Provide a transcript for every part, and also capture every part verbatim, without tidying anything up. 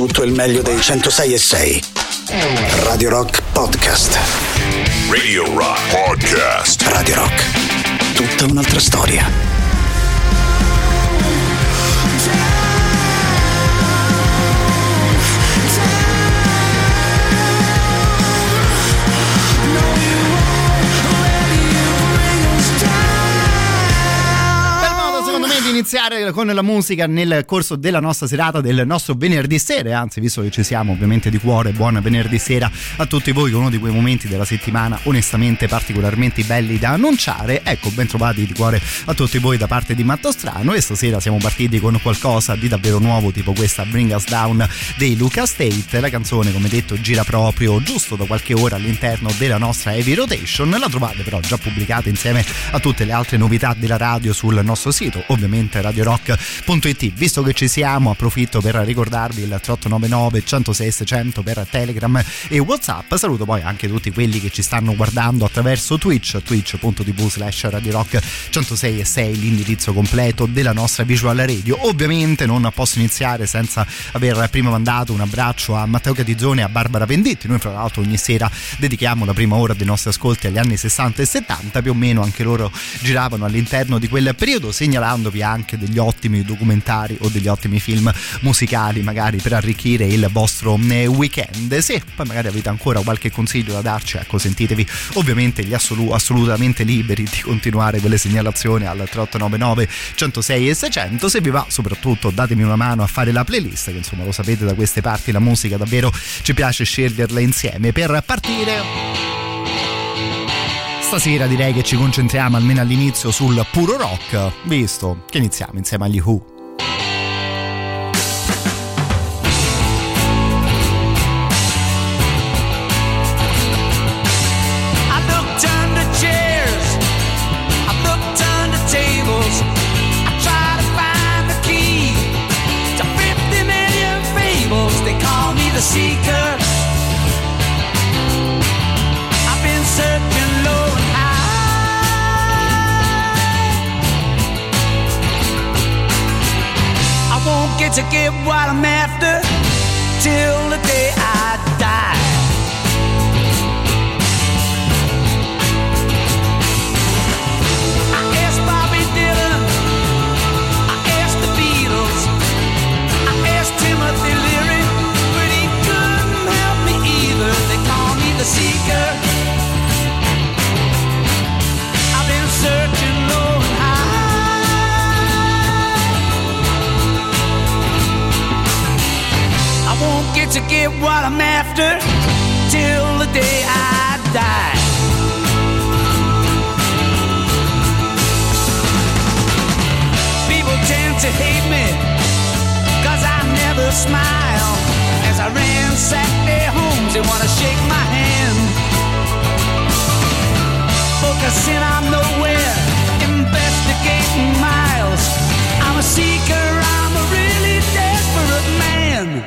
tutto il meglio dei centosei e sei. Radio Rock Podcast. Radio Rock Podcast. Radio Rock. Tutta un'altra storia. Iniziare con la musica nel corso della nostra serata, del nostro venerdì sera, anzi visto che ci siamo ovviamente di cuore, buon venerdì sera a tutti voi, con uno di quei momenti della settimana onestamente particolarmente belli da annunciare. Ecco, ben trovati di cuore a tutti voi da parte di Matto Strano, e stasera siamo partiti con qualcosa di davvero nuovo, tipo questa Bring Us Down dei Luca State. La canzone, come detto, gira proprio giusto da qualche ora all'interno della nostra Heavy Rotation. La trovate però già pubblicata insieme a tutte le altre novità della radio sul nostro sito, ovviamente radio rock punto it. Visto che ci siamo, approfitto per ricordarvi il tre otto nove nove centosei seicento per Telegram e WhatsApp. Saluto poi anche tutti quelli che ci stanno guardando attraverso Twitch, twitch punto tv slash radio rock centosei e sei, l'indirizzo completo della nostra visual radio. Ovviamente non posso iniziare senza aver prima mandato un abbraccio a Matteo Catizzone e a Barbara Venditti. Noi fra l'altro ogni sera dedichiamo la prima ora dei nostri ascolti agli anni sessanta e settanta, più o meno anche loro giravano all'interno di quel periodo, segnalandovi anche degli ottimi documentari o degli ottimi film musicali magari per arricchire il vostro weekend. Se poi magari avete ancora qualche consiglio da darci, ecco, sentitevi ovviamente gli assolu- assolutamente liberi di continuare quelle segnalazioni al tre otto nove nove centosei e seicento. Se vi va, soprattutto datemi una mano a fare la playlist, che insomma lo sapete, da queste parti la musica davvero ci piace sceglierla insieme. Per partire stasera direi che ci concentriamo almeno all'inizio sul puro rock, visto che iniziamo insieme agli Who. Seeker, I've been searching low and high. I won't get to get what I'm after till the day I die. I asked Bobby Dylan, I asked the Beatles, I asked Timothy Leary, they call me the seeker. I've been searching low and high. I won't get to get what I'm after till the day I die. People tend to hate me 'cause I never smile. As I ransack their homes, they wanna shake my hand. Focusing on nowhere, investigating miles. I'm a seeker, I'm a really desperate man.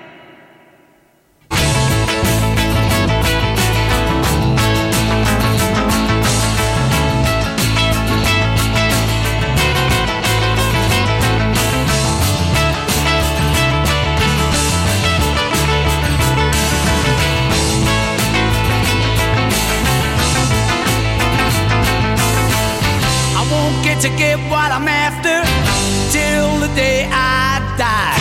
To get what I'm after till the day I die.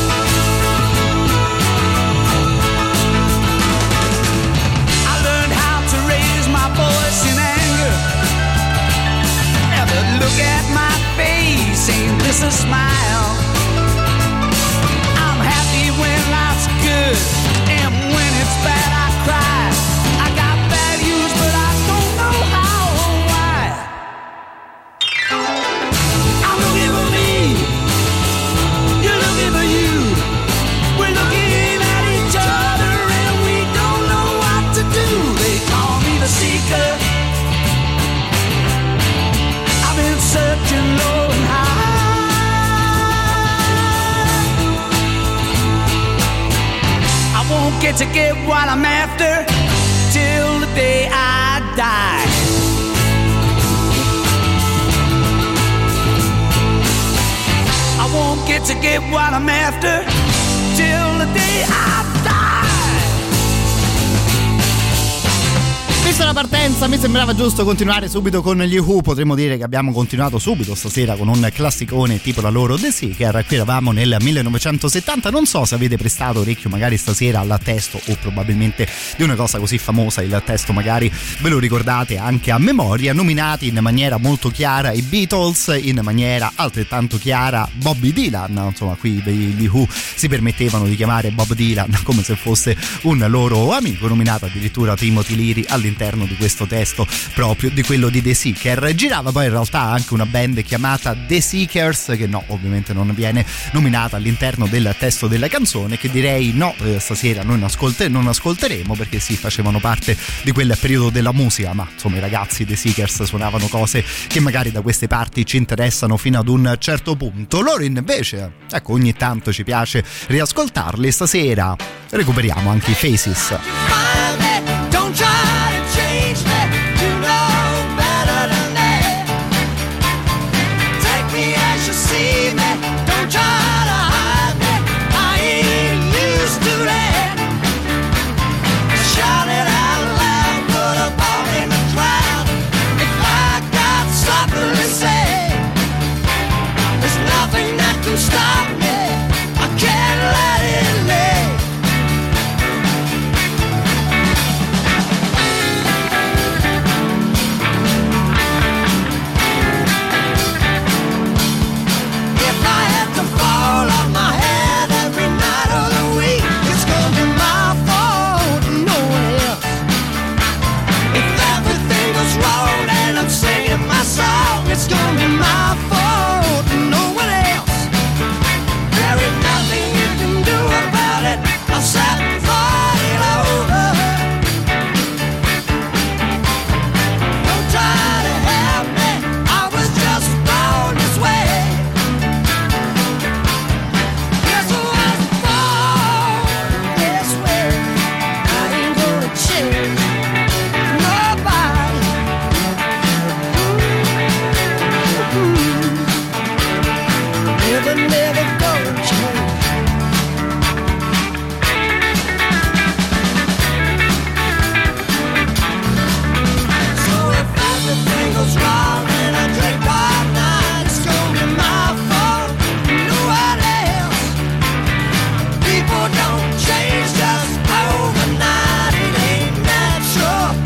I learned how to raise my voice in anger. Never look at my face, ain't this a smile? I'm happy when life's good, and when it's bad I cry. I got values but I don't know how or why. I'm looking for me, you're looking for you. We're looking at each other and we don't know what to do. They call me the seeker. I've been searching low and high. I won't get to get what I'm after till the day I die. I won't get to get what I'm after till the day partenza mi sembrava giusto continuare subito con gli Who. Potremmo dire che abbiamo continuato subito stasera con un classicone tipo la loro The Seeker. Qui eravamo nel millenovecentosettanta. Non so se avete prestato orecchio magari stasera al testo, o probabilmente di una cosa così famosa il testo magari ve lo ricordate anche a memoria. Nominati in maniera molto chiara i Beatles, in maniera altrettanto chiara Bobby Dylan. Insomma, qui gli Who si permettevano di chiamare Bob Dylan come se fosse un loro amico. Nominato addirittura Timothy Leary all'interno di questo testo proprio di quello di The Seeker. Girava poi in realtà anche una band chiamata The Seekers, che no, ovviamente non viene nominata all'interno del testo della canzone, che direi no, eh, stasera noi non, ascolte- non ascolteremo, perché sì, facevano parte di quel periodo della musica, ma insomma i ragazzi The Seekers suonavano cose che magari da queste parti ci interessano fino ad un certo punto. Loro invece, ecco, ogni tanto ci piace riascoltarli. Stasera recuperiamo anche i Faces. Don't try to change me, you know better than that. Take me as you see me, don't try to hide me, I ain't used to that. Shout it out loud, put a ball in the crowd. If I got something to say, there's nothing that can stop me, I can't let it lay. It's gonna be my fault, no one else. There ain't nothing you can do about it. I'll sat and thought it over. Don't try to help me, I was just born this way. Yes, I was born this way. I ain't gonna change nobody. Never, never gonna change. So if everything goes wrong and I drink all night, it's gonna be my fault, no one else. People don't change just overnight, it ain't natural.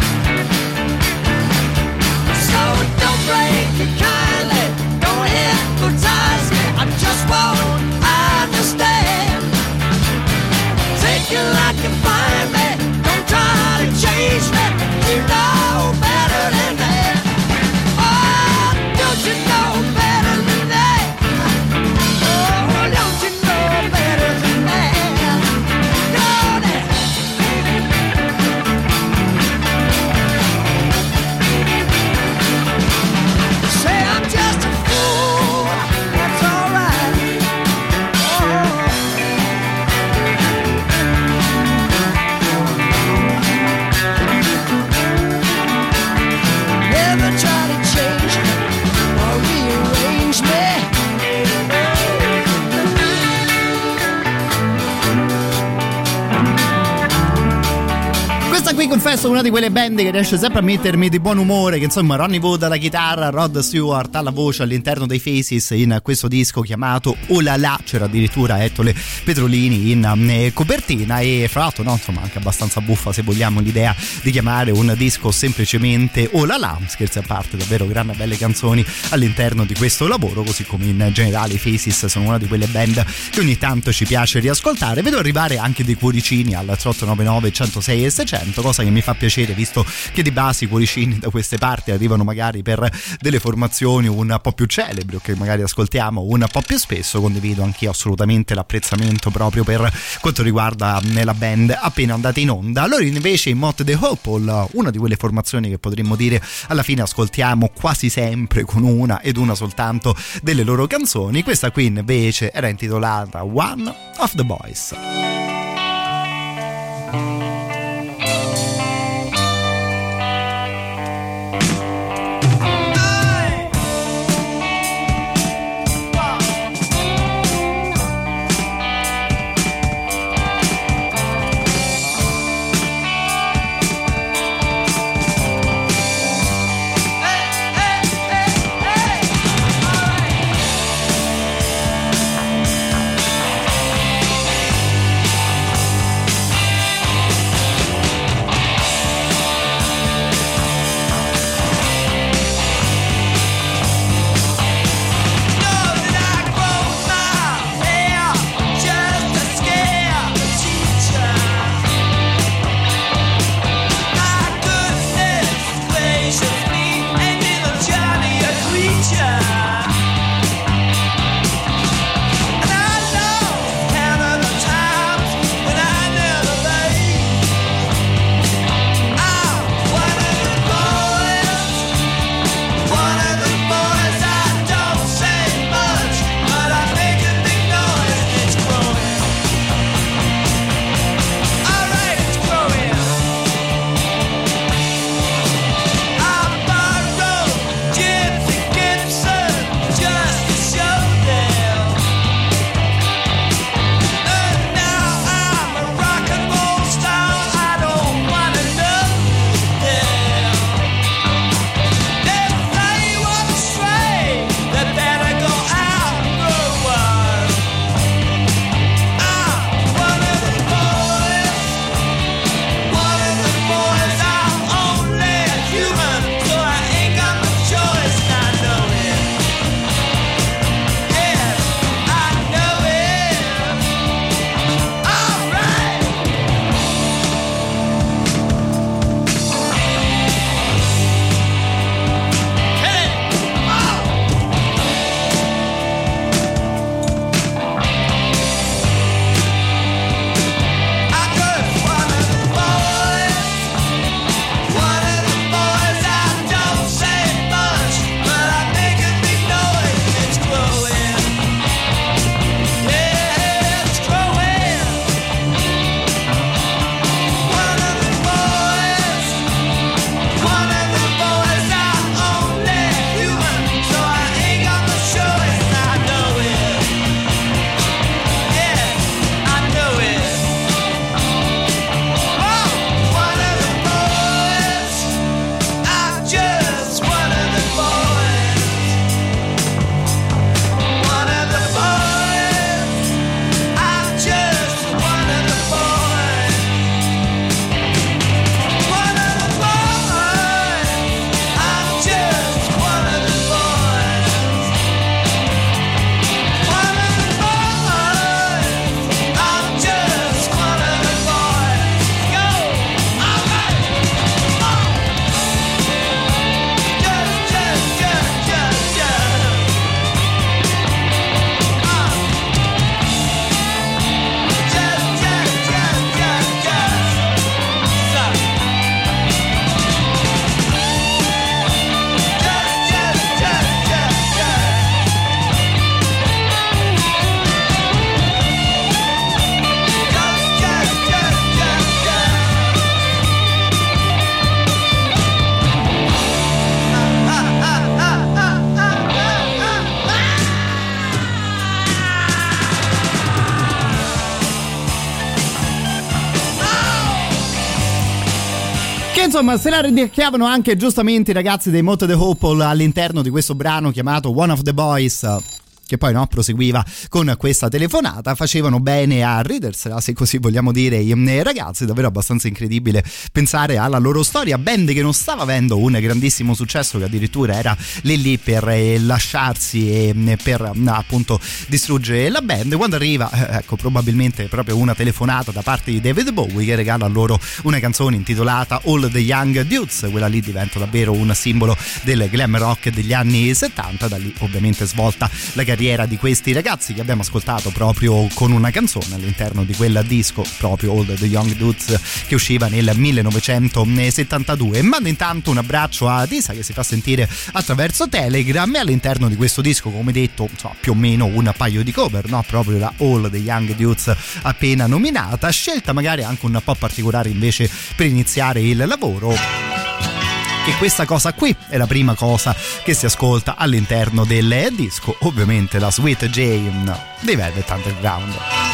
So don't break it kindly, don't hypnotize me, I just won't understand. Take it like you find me, don't try to change me, you know better than that. Oh, don't you know better than that? Oh, don't you know better than that? Know that. Say I'm just a fool, that's alright. Oh. Never try to change or rearrange me. Questa qui, confesso, è una di quelle band che riesce sempre a mettermi di buon umore, che insomma Ronnie Wood alla chitarra, Rod Stewart alla voce all'interno dei Faces in questo disco chiamato Oh La La. C'era addirittura Ettore Petrolini in eh, copertina, e fra l'altro no, insomma anche abbastanza buffa se vogliamo l'idea di chiamare un disco semplicemente Oh La La. Scherzi a parte, davvero grandi belle canzoni all'interno di questo lavoro, così come in generale i Faces sono una di quelle band che ogni tanto ci piace riascoltare. Vedo arrivare anche dei cuoricini al tre otto nove nove centosei e seicento, cosa che mi fa piacere, visto che di base i cuoricini da queste parti arrivano magari per delle formazioni un po' più celebri o che magari ascoltiamo un po' più spesso. Condivido anch'io assolutamente l'apprezzamento proprio per quanto riguarda la band appena andata in onda. Allora invece in Mott the Hoople, una di quelle formazioni che potremmo dire alla fine ascoltiamo quasi sempre con una ed una soltanto delle loro canzoni. Questa qui invece era intitolata One of the Boys. Che insomma se la ridicchiavano anche giustamente i ragazzi dei Mott the Hoople all'interno di questo brano chiamato One of the Boys, che poi no, proseguiva con questa telefonata. Facevano bene a ridersela, se così vogliamo dire, i ragazzi. Davvero abbastanza incredibile pensare alla loro storia, band che non stava avendo un grandissimo successo, che addirittura era lì lì per lasciarsi e per appunto distruggere la band, quando arriva ecco probabilmente proprio una telefonata da parte di David Bowie, che regala loro una canzone intitolata All the Young Dudes. Quella lì diventa davvero un simbolo del glam rock degli anni settanta. Da lì ovviamente svolta la carriera di questi ragazzi, che abbiamo ascoltato proprio con una canzone all'interno di quel disco, proprio All the Young Dudes, che usciva nel millenovecentosettantadue. Mando intanto un abbraccio a Disa, che si fa sentire attraverso Telegram, e all'interno di questo disco, come detto, insomma, più o meno un paio di cover, no? Proprio la All the Young Dudes appena nominata, scelta magari anche un po' particolare invece per iniziare il lavoro. Che questa cosa qui è la prima cosa che si ascolta all'interno del disco, ovviamente la Sweet Jane dei Velvet Underground.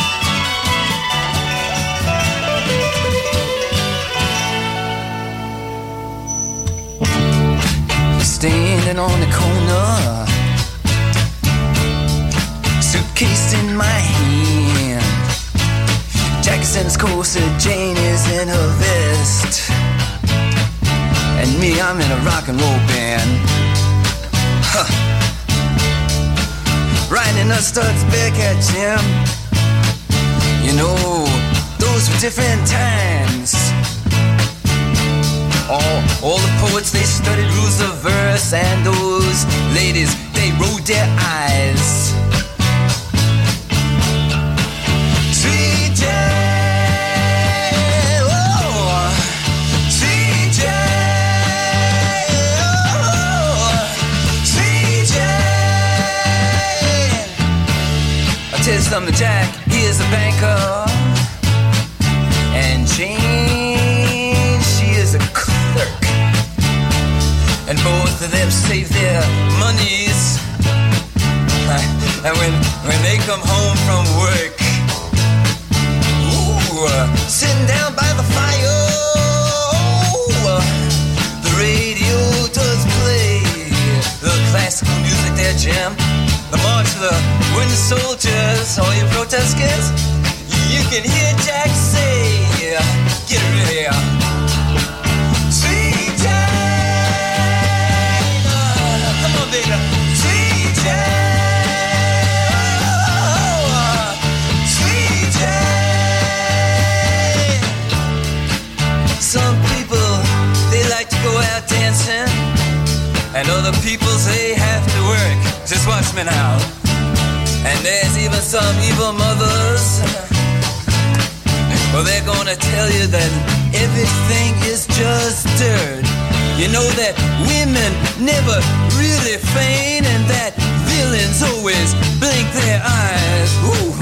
Standing on the corner, suitcase in my hand, Jackson's corset, Jane is in her vest, and me, I'm in a rock and roll band. Huh. Riding a Studs Bearcat Jim. You know, those were different times. All, all the poets, they studied rules of verse, and those ladies, they rolled their eyes. Sweet Jane. Tell you something, Jack, he is a banker, and Jane, she is a clerk, and both of them save their monies, and when, when they come home from work, ooh, uh, sitting down by the fire, oh, uh, the radio does play the classical music there, Jim. The march of the Winter Soldiers, all you protesters, you can hear Jack say, get rid of here. Sweet Jane, uh, come on baby, Sweet Jane, oh, Sweet Jane. Some people, they like to go out dancing, and other people say have to work. Just watch me now. And there's even some evil mothers, well, they're gonna tell you that everything is just dirt. You know that women never really feign, and that villains always blink their eyes. Ooh.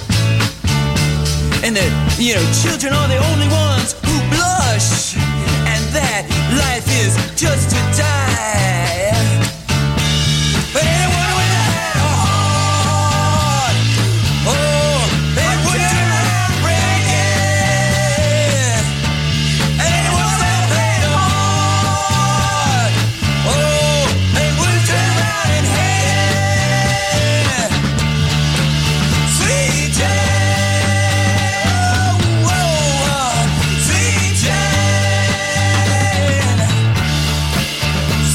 And that, you know, children are the only ones who blush, and that life is just to die. But anyone with a heart, oh, they would turn around breaking. And anyone with a heart, oh, they would turn around and hate. Sweet Jane, oh, oh, Sweet Jane,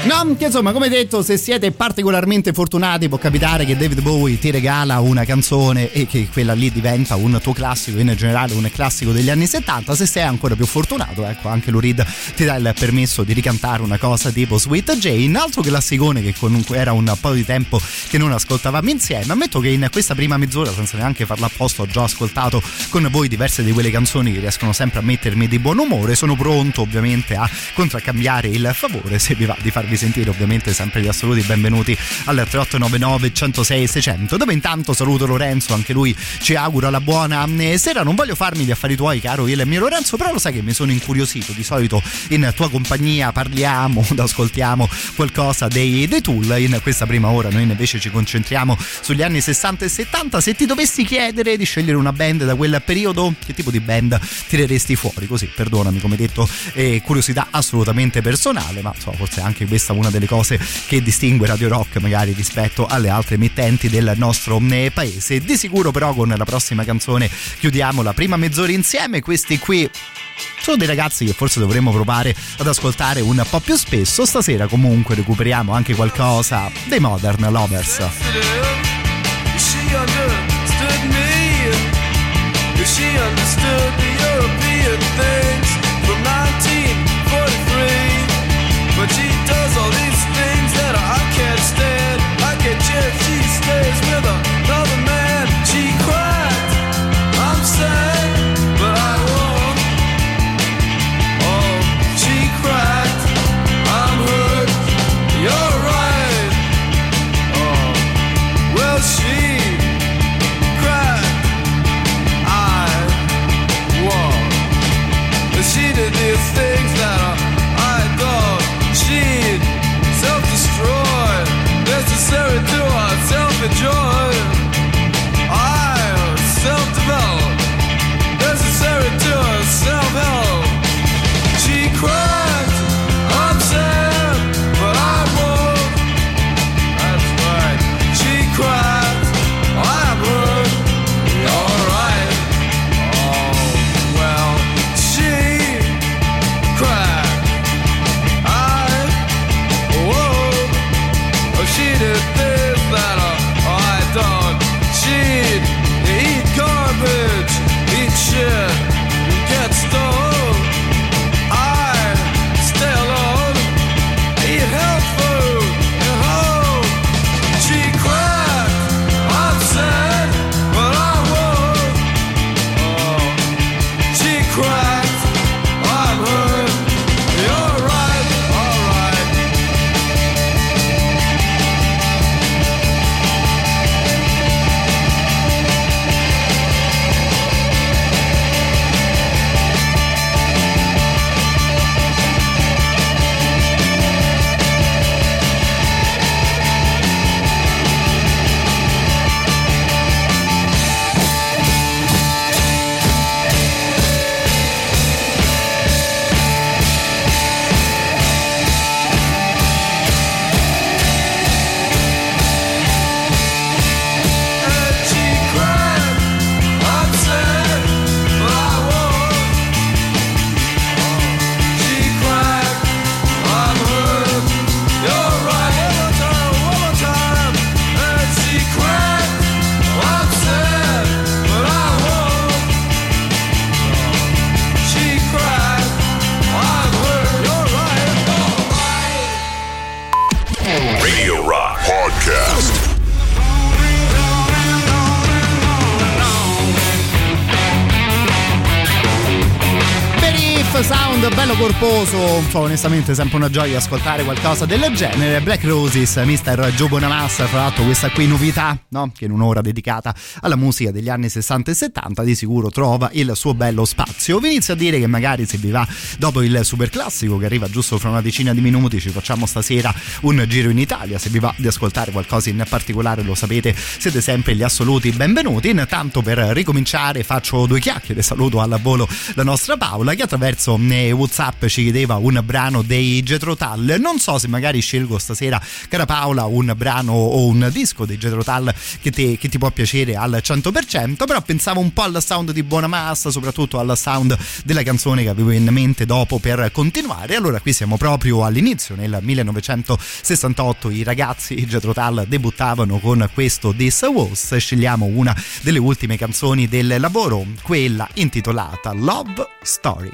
No, che insomma, come detto, se siete particolarmente fortunati può capitare che David Bowie ti regala una canzone e che quella lì diventa un tuo classico, in generale un classico degli anni settanta. Se sei ancora più fortunato, ecco, anche Lou Reed ti dà il permesso di ricantare una cosa tipo Sweet Jane, altro classicone che comunque era un po' di tempo che non ascoltavamo insieme. Ammetto che in questa prima mezz'ora, senza neanche farla apposta, ho già ascoltato con voi diverse di quelle canzoni che riescono sempre a mettermi di buon umore. Sono pronto ovviamente a contraccambiare il favore, se vi va di farvi sentire ovviamente sempre gli assoluti benvenuti al tre otto nove nove uno zero sei sei zero zero, dove intanto saluto Lorenzo, anche lui ci augura la buona sera. Non voglio farmi gli affari tuoi, caro il mio Lorenzo, però lo sai che mi sono incuriosito, di solito in tua compagnia parliamo, ascoltiamo qualcosa dei, dei Tool. In questa prima ora noi invece ci concentriamo sugli anni sessanta e settanta. Se ti dovessi chiedere di scegliere una band da quel periodo, che tipo di band tireresti fuori? Così, perdonami, come detto, eh, curiosità assolutamente personale, ma insomma, forse anche questa è una delle cose che distingue Radio Rock magari rispetto alle altre emittenti del nostro eh, paese. Di sicuro però con la prossima canzone chiudiamo la prima mezz'ora insieme. Questi qui sono dei ragazzi che forse dovremmo provare ad ascoltare un po' più spesso. Stasera comunque recuperiamo anche qualcosa dei Modern Lovers. She understood the European things from nineteen forty-three, but she does all these things that I can't stand. I get jealous, she stays with another man. She cried, I'm sad, but I won't. Oh, she cried, I'm hurt, you're right. Oh, well she she did these things that I, I thought she'd self-destroy, necessary to our self-enjoy. I self-develop, necessary to our self-help. She cried, I'm sad, but I won't. That's right. She cried, I'm hurt, you're right. Oh, well, she she did this that uh, I thought she'd eat garbage, eat shit, get stoned. I stay alone, eat health food at home. She cried, I'm sad, but I won't. Oh, she cried, I'm hurt, you're right, alright. Sound bello corposo, cioè, onestamente sempre una gioia ascoltare qualcosa del genere. Black Roses, mister Joe Bonamassa, fra l'altro questa qui novità, no? Che in un'ora dedicata alla musica degli anni sessanta e settanta di sicuro trova il suo bello spazio. Vi inizio a dire che magari se vi va, dopo il super classico che arriva giusto fra una decina di minuti, ci facciamo stasera un giro in Italia. Se vi va di ascoltare qualcosa in particolare, lo sapete, siete sempre gli assoluti benvenuti. Intanto, per ricominciare, faccio due chiacchiere, saluto al volo la nostra Paola, che attraverso attraverso eh, WhatsApp ci chiedeva un brano dei Jethro Tull. Non so se magari scelgo stasera, cara Paola, un brano o un disco dei Jethro Tull che, te, che ti può piacere al cento per cento, però pensavo un po' al sound di Buona Massa, soprattutto al sound della canzone che avevo in mente dopo per continuare. Allora qui siamo proprio all'inizio, nel millenovecentosessantotto i ragazzi Jethro Tull debuttavano con questo This Was. Scegliamo una delle ultime canzoni del lavoro, quella intitolata Love Story.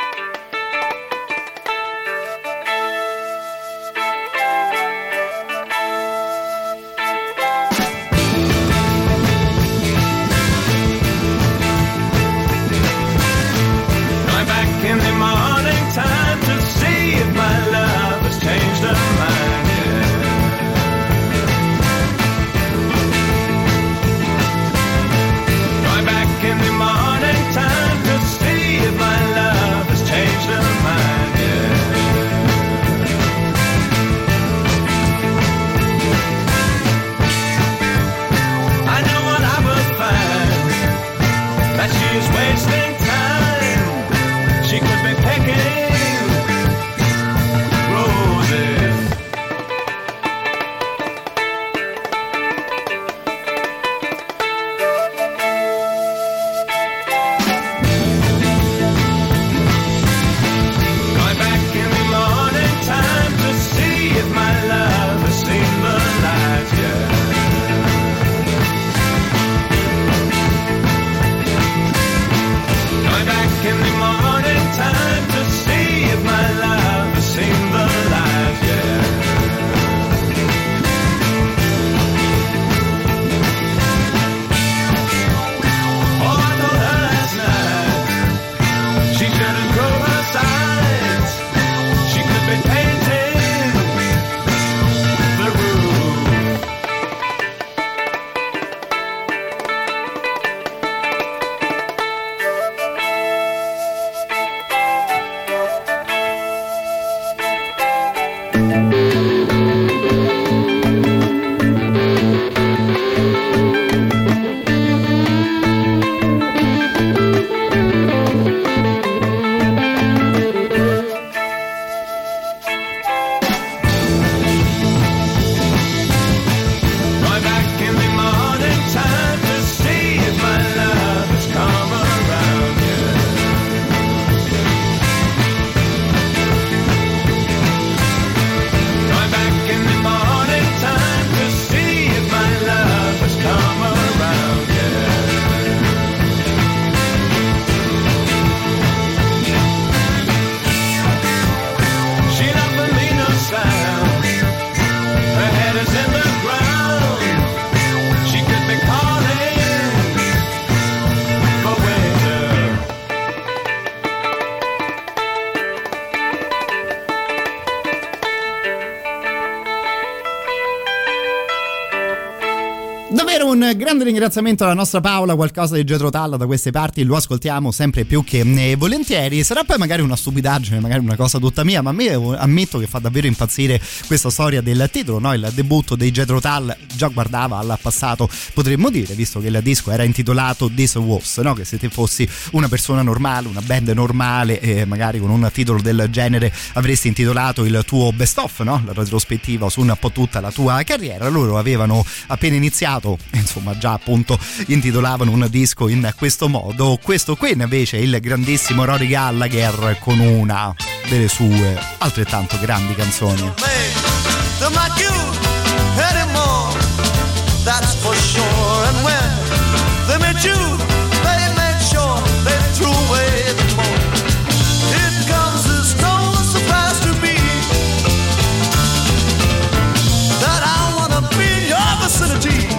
Un grande ringraziamento alla nostra Paola, qualcosa di Jethro Tull da queste parti lo ascoltiamo sempre più che volentieri. Sarà poi magari una stupidaggine, magari una cosa tutta mia, ma a me ammetto che fa davvero impazzire questa storia del titolo, no? Il debutto dei Jethro Tull già guardava al passato, potremmo dire, visto che il disco era intitolato This Was, no? Che se te fossi una persona normale, una band normale, e magari con un titolo del genere avresti intitolato il tuo best of, no? La retrospettiva su un po' tutta la tua carriera. Loro avevano appena iniziato, insomma già appunto intitolavano un disco in questo modo. Questo qui invece è il grandissimo Rory Gallagher con una delle sue altrettanto grandi canzoni. That's for sure. And when they met you, they made sure they threw away the more. It comes as no surprise to me that I wanna be in your vicinity.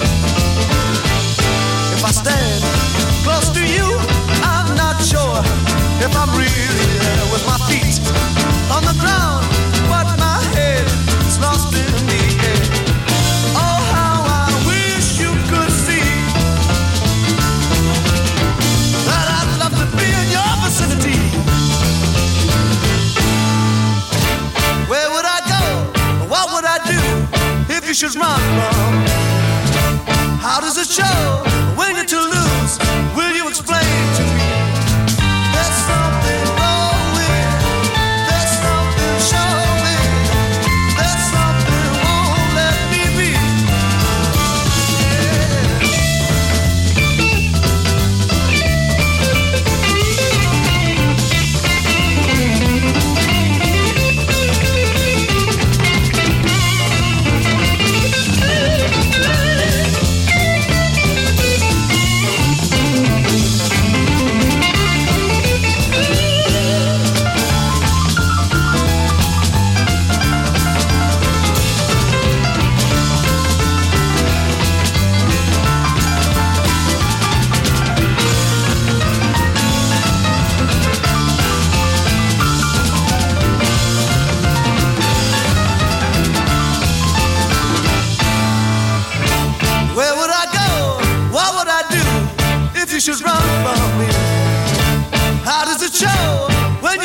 If I stand close to you, I'm not sure if I'm really there with my feet on the ground, but my head is lost in the air. Where would I go? What would I do if you should run from? How does it show when you're to lose? Will you explain to me? There's something wrong.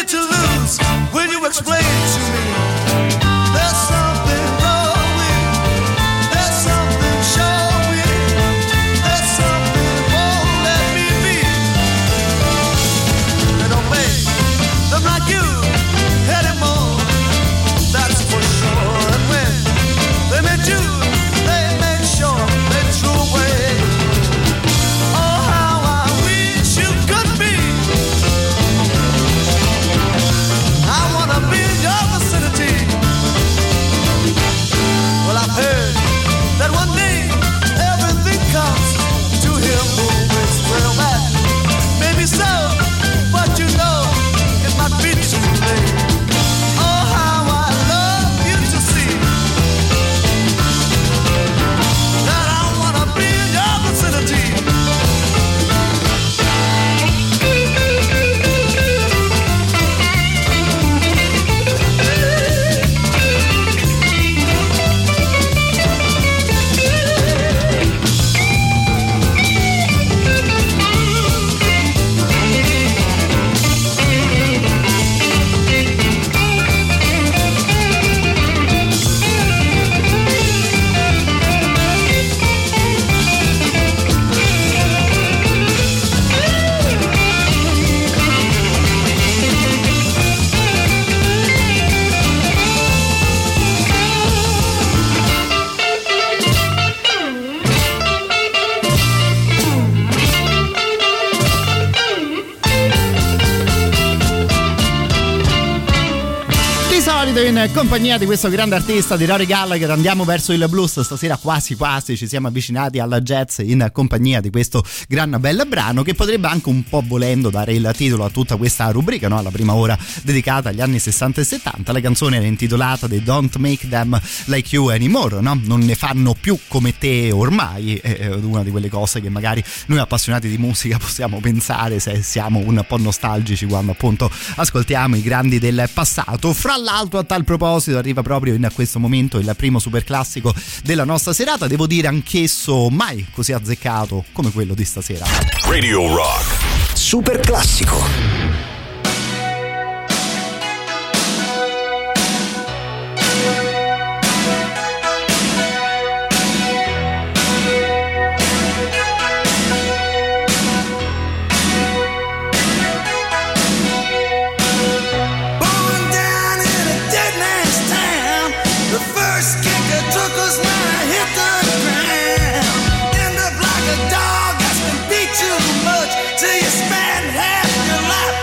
to lose. Will you explain to me? There's something wrong with you. There's something showing. There's something won't let me be. They don't make them like you anymore. That's for sure. And when they met you, they made sure they threw away. Oh, how I wish you could be. I wanna be in your vicinity. Well, I've heard that one day everything comes to him who waits. Well, that may be so, but you know it might be too late. Oh, how I love you to see that I wanna be in your vicinity. In compagnia di questo grande artista di Rory Gallagher andiamo verso il blues. Stasera quasi quasi ci siamo avvicinati alla jazz in compagnia di questo gran bel brano che potrebbe anche un po' volendo dare il titolo a tutta questa rubrica, no? Alla prima ora dedicata agli anni sessanta e settanta. La canzone era intitolata The Don't Make Them Like You Anymore, no? Non ne fanno più come te ormai. È una di quelle cose che magari noi appassionati di musica possiamo pensare se siamo un po' nostalgici quando appunto ascoltiamo i grandi del passato. Fra l'altro, a tal proposito, arriva proprio in questo momento il primo super classico della nostra serata, devo dire anch'esso mai così azzeccato come quello di stasera. Radio Rock Super classico. Too much till you spend half your life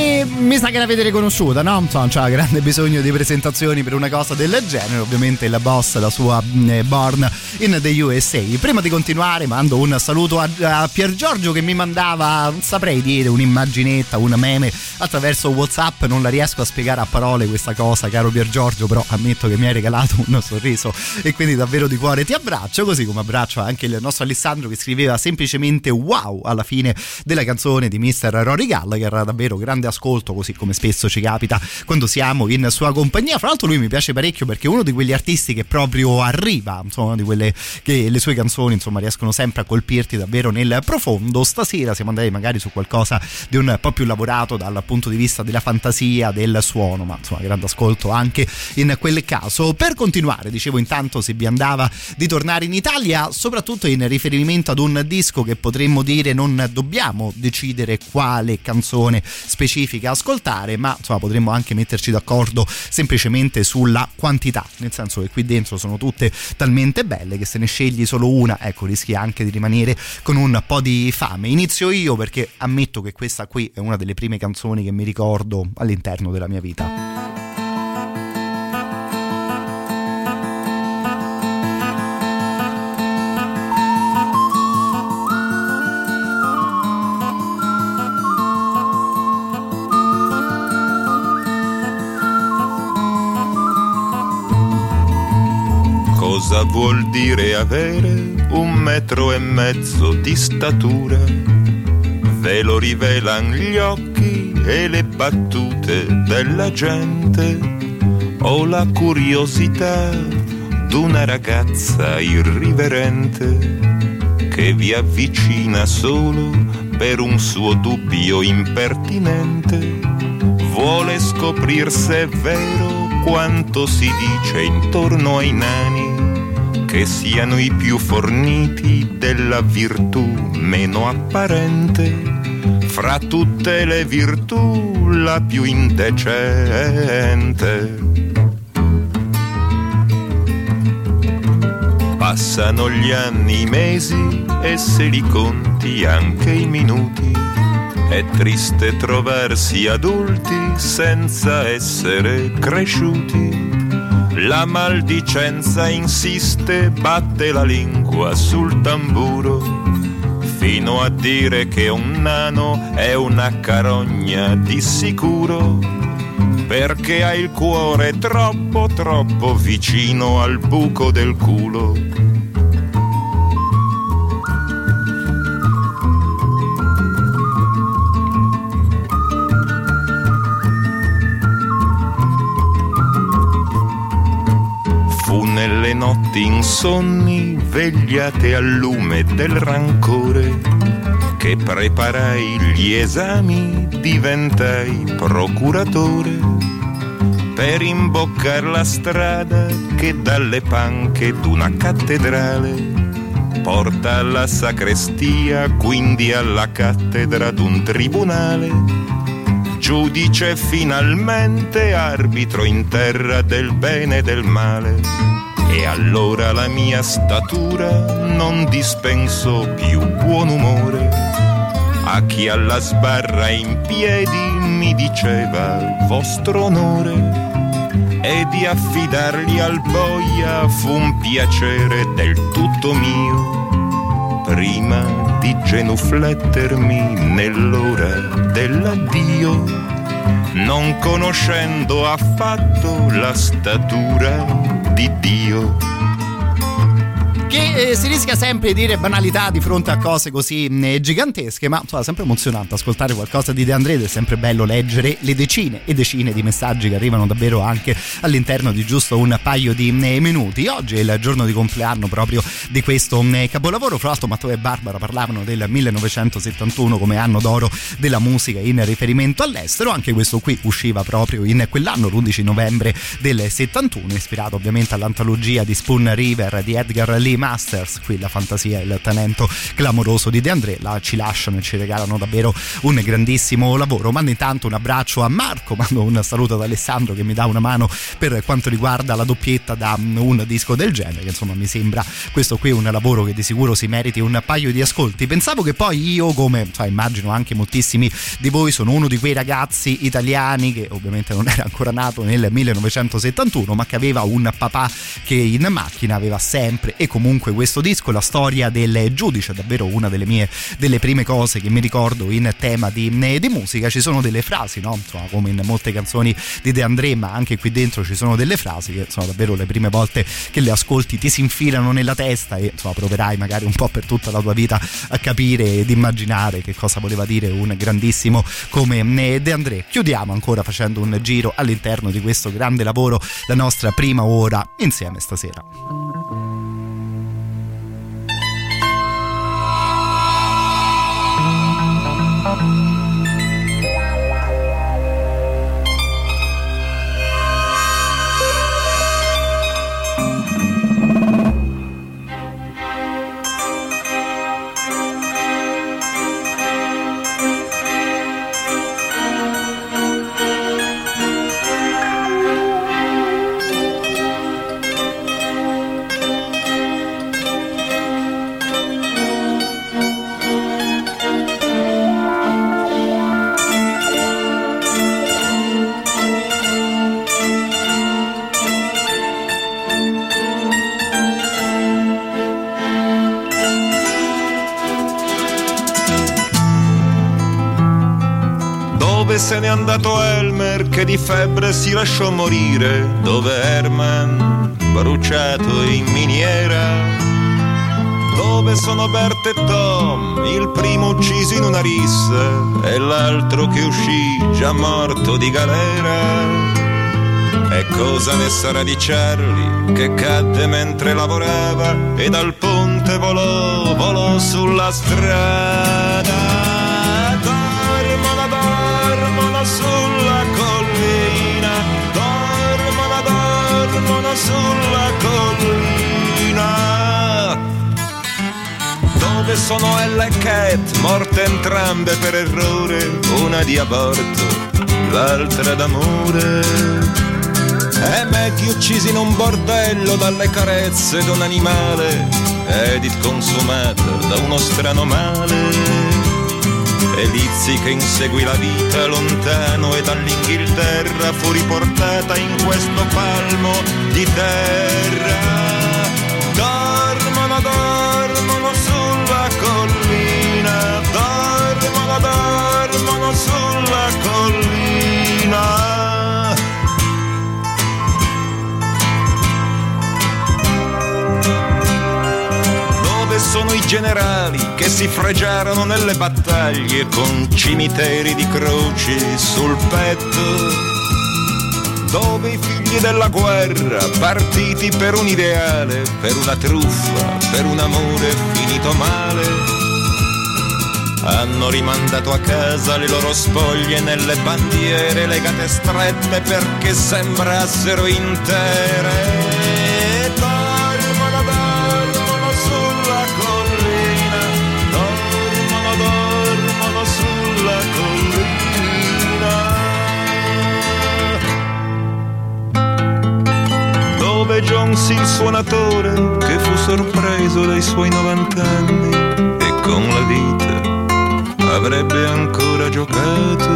E mi sa che l'avete riconosciuta, no? Insomma, non c'ha grande bisogno di presentazioni per una cosa del genere. Ovviamente il boss, la sua eh, Born in the U S A. Prima di continuare mando un saluto a, a Pier Giorgio che mi mandava, non saprei dire, un'immaginetta, un meme attraverso WhatsApp. Non la riesco a spiegare a parole questa cosa, caro Pier Giorgio, però ammetto che mi hai regalato un sorriso e quindi davvero di cuore ti abbraccio, così come abbraccio anche il nostro Alessandro che scriveva semplicemente wow alla fine della canzone di mister Rory Gallagher. Davvero grande ascolto, così come spesso ci capita quando siamo in sua compagnia. Fra l'altro lui mi piace parecchio perché è uno di quegli artisti che proprio arriva, insomma, di quelle che le sue canzoni insomma riescono sempre a colpirti davvero nel profondo. Stasera siamo andati magari su qualcosa di un po' più lavorato dal punto di vista della fantasia, del suono, ma insomma grande ascolto anche in quel caso. Per continuare, dicevo, intanto se vi andava di tornare in Italia, soprattutto in riferimento ad un disco che potremmo dire non dobbiamo decidere quale canzone specifica ascoltare, ma insomma potremmo anche metterci d'accordo semplicemente sulla quantità, nel senso che qui dentro sono tutte talmente belle che se ne scegli solo una, ecco, rischi anche di rimanere con un po' di fame. Inizio io perché ammetto che questa qui è una delle prime canzoni che mi ricordo all'interno della mia vita. Cosa vuol dire avere un metro e mezzo di statura? Ve lo rivelan gli occhi e le battute della gente, o la curiosità d'una ragazza irriverente che vi avvicina solo per un suo dubbio impertinente. Vuole scoprir se è vero quanto si dice intorno ai nani, che siano i più forniti della virtù meno apparente, fra tutte le virtù la più indecente. Passano gli anni, i mesi e se li conti anche i minuti. È triste trovarsi adulti senza essere cresciuti. La maldicenza insiste, batte la lingua sul tamburo, fino a dire che un nano è una carogna di sicuro, perché ha il cuore troppo troppo vicino al buco del culo. Nelle notti insonni vegliate al lume del rancore, che preparai gli esami, diventai procuratore, per imboccar la strada che dalle panche d'una cattedrale porta alla sacrestia, quindi alla cattedra d'un tribunale. Giudice finalmente, arbitro in terra del bene e del male. E allora la mia statura non dispensò più buon umore a chi alla sbarra in piedi mi diceva vostro onore, e di affidarli al boia fu un piacere del tutto mio, prima di genuflettermi nell'ora dell'addio, non conoscendo affatto la statura di Dio. Che eh, si rischia sempre di dire banalità di fronte a cose così eh, gigantesche, ma insomma è sempre emozionante ascoltare qualcosa di De André ed è sempre bello leggere le decine e decine di messaggi che arrivano davvero anche all'interno di giusto un paio di eh, minuti. Oggi è il giorno di compleanno proprio di questo eh, capolavoro. Fra l'altro Matteo e Barbara parlavano del millenovecentosettantuno come anno d'oro della musica in riferimento all'estero. Anche questo qui usciva proprio in quell'anno, l'undici novembre del settantuno, ispirato ovviamente all'antologia di Spoon River di Edgar Lee Masters, qui la fantasia e il talento clamoroso di De André la ci lasciano e ci regalano davvero un grandissimo lavoro. Mando intanto un abbraccio a Marco, mando un saluto ad Alessandro che mi dà una mano per quanto riguarda la doppietta da un disco del genere, che insomma mi sembra questo qui un lavoro che di sicuro si meriti un paio di ascolti. Pensavo che poi io, come cioè, immagino anche moltissimi di voi, sono uno di quei ragazzi italiani che ovviamente non era ancora nato nel millenovecentosettantuno, ma che aveva un papà che in macchina aveva sempre e comunque questo disco, La storia del giudice, davvero una delle mie delle prime cose che mi ricordo in tema di, di musica. Ci sono delle frasi, no? Insomma, come in molte canzoni di De André, ma anche qui dentro ci sono delle frasi che sono davvero le prime volte che le ascolti ti si infilano nella testa e insomma proverai magari un po' per tutta la tua vita a capire ed immaginare che cosa voleva dire un grandissimo come De André. Chiudiamo ancora facendo un giro all'interno di questo grande lavoro, la nostra prima ora insieme stasera. Se n'è andato Elmer che di febbre si lasciò morire, dove Herman bruciato in miniera, dove sono Bert e Tom, il primo ucciso in una rissa e l'altro che uscì già morto di galera. E cosa ne sarà di Charlie che cadde mentre lavorava e dal ponte volò, volò sulla strada. Sulla collina, dormono, dormono sulla collina, dove sono Ella e Cat, morte entrambe per errore, una di aborto, l'altra d'amore. E Maggie uccisi in un bordello dalle carezze d'un animale, Edith consumata da uno strano male. E Lizzie che inseguì la vita lontano e dall'Inghilterra fu riportata in questo palmo di terra. Dormono, dormono sulla collina, dormono, dormono sulla collina. Sono i generali che si fregiarono nelle battaglie con cimiteri di croci sul petto, dove i figli della guerra, partiti per un ideale, per una truffa, per un amore finito male, hanno rimandato a casa le loro spoglie nelle bandiere legate strette perché sembrassero intere. Jones il suonatore che fu sorpreso dai suoi novant'anni e con la vita avrebbe ancora giocato.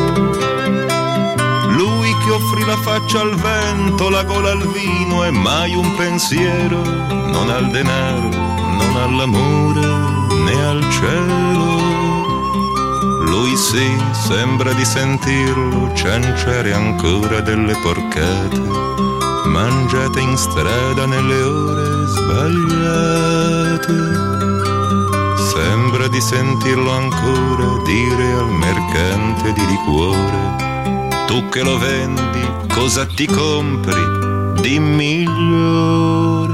Lui che offrì la faccia al vento, la gola al vino e mai un pensiero, non al denaro, non all'amore né al cielo. Lui sì, sembra di sentirlo cianciare ancora delle porcate mangiate in strada nelle ore sbagliate. Sembra di sentirlo ancora dire al mercante di liquore: tu che lo vendi, cosa ti compri di migliore?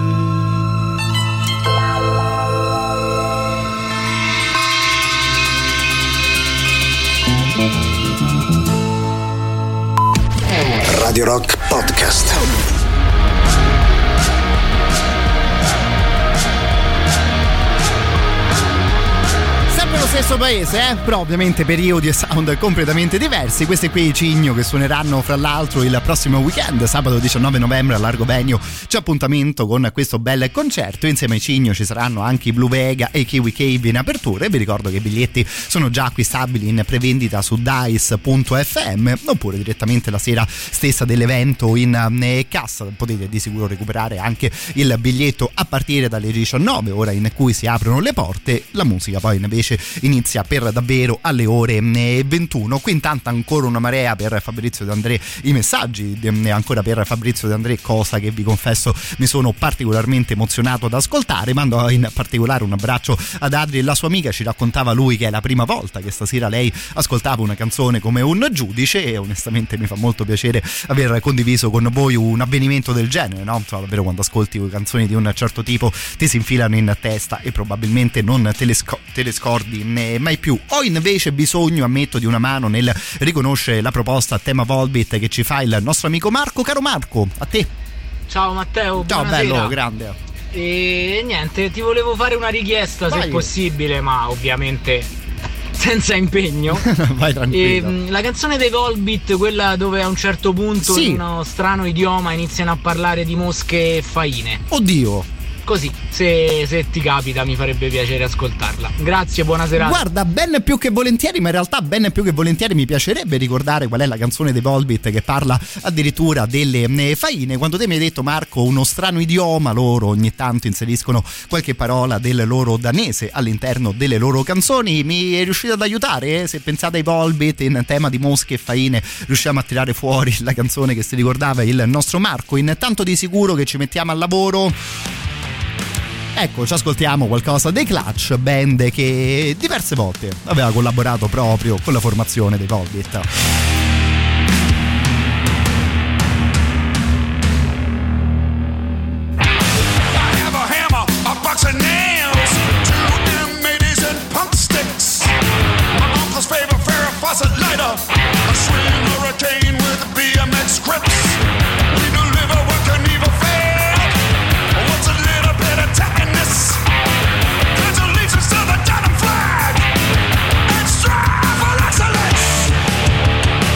Radio Rock Podcast. stesso paese, eh? Però ovviamente periodi e sound completamente diversi. Questi qui i Cigno, che suoneranno fra l'altro il prossimo weekend, sabato diciannove novembre all'Argovegno. C'è appuntamento con questo bel concerto. Insieme ai Cigno ci saranno anche i Blue Vega e i Kiwi Cave in apertura, e vi ricordo che i biglietti sono già acquistabili in prevendita su dice punto effe emme oppure direttamente la sera stessa dell'evento in cassa. Potete di sicuro recuperare anche il biglietto a partire dalle diciannove, ora in cui si aprono le porte. La musica poi invece inizia per davvero alle ore ventuno. Qui intanto ancora una marea per Fabrizio De André, i messaggi ancora per Fabrizio De André, cosa che vi confesso mi sono particolarmente emozionato ad ascoltare. Mando in particolare un abbraccio ad Adri e la sua amica. Ci raccontava lui che è la prima volta che stasera lei ascoltava una canzone come un giudice, e onestamente mi fa molto piacere aver condiviso con voi un avvenimento del genere, no? Insomma, davvero quando ascolti canzoni di un certo tipo ti si infilano in testa e probabilmente non te le, sc- te le scordi mai più. Ho invece bisogno, ammetto, di una mano nel riconoscere la proposta a tema Volbeat che ci fa il nostro amico Marco. Caro Marco, a te. Ciao Matteo, ciao, buonasera. bello, grande. E niente, ti volevo fare una richiesta. Vai. Se possibile, ma ovviamente senza impegno. Vai tranquillo. E, la canzone dei Volbeat, quella dove a un certo punto sì, in uno strano idioma iniziano a parlare di mosche e faine. Oddio. Così, se, se ti capita, mi farebbe piacere ascoltarla. Grazie, buona serata. Guarda, ben più che volentieri, ma in realtà ben più che volentieri mi piacerebbe ricordare qual è la canzone dei Volbeat che parla addirittura delle faine. Quando te mi hai detto, Marco, uno strano idioma, loro ogni tanto inseriscono qualche parola del loro danese all'interno delle loro canzoni. Mi è riuscito ad aiutare? Se pensate ai Volbeat in tema di mosche e faine, riusciamo a tirare fuori la canzone che si ricordava il nostro Marco. Intanto di sicuro che ci mettiamo al lavoro. Ecco, ci ascoltiamo qualcosa dei Clutch, band che diverse volte aveva collaborato proprio con la formazione dei Volbeat. Let's strive for excellence.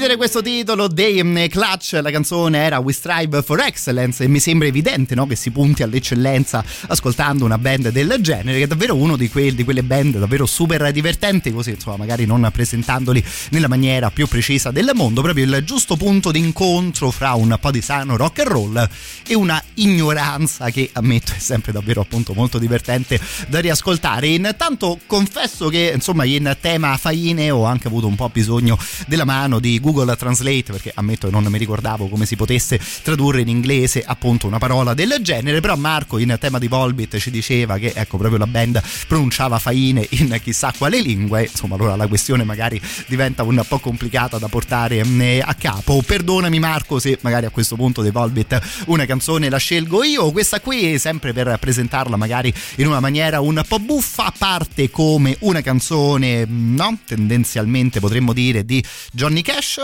condividere questo titolo dei Clutch. La canzone era We Strive for Excellence e mi sembra evidente, no, che si punti all'eccellenza ascoltando una band del genere, che è davvero uno di, quel, di quelle band davvero super divertenti, così insomma magari non presentandoli nella maniera più precisa del mondo, proprio il giusto punto d'incontro fra un po' di sano rock and roll e una ignoranza che ammetto è sempre davvero appunto molto divertente da riascoltare. Intanto confesso che insomma in tema faine ho anche avuto un po' bisogno della mano di Google Translate, perché ammetto che non mi ricordavo come si potesse tradurre in inglese appunto una parola del genere, però Marco in tema di Volbeat ci diceva che ecco proprio la band pronunciava faine in chissà quale lingue, insomma allora la questione magari diventa un po' complicata da portare a capo. Perdonami Marco se magari a questo punto dei Volbeat una canzone la scelgo io, questa qui sempre per presentarla magari in una maniera un po' buffa, parte come una canzone, no? Tendenzialmente potremmo dire di Johnny Cash.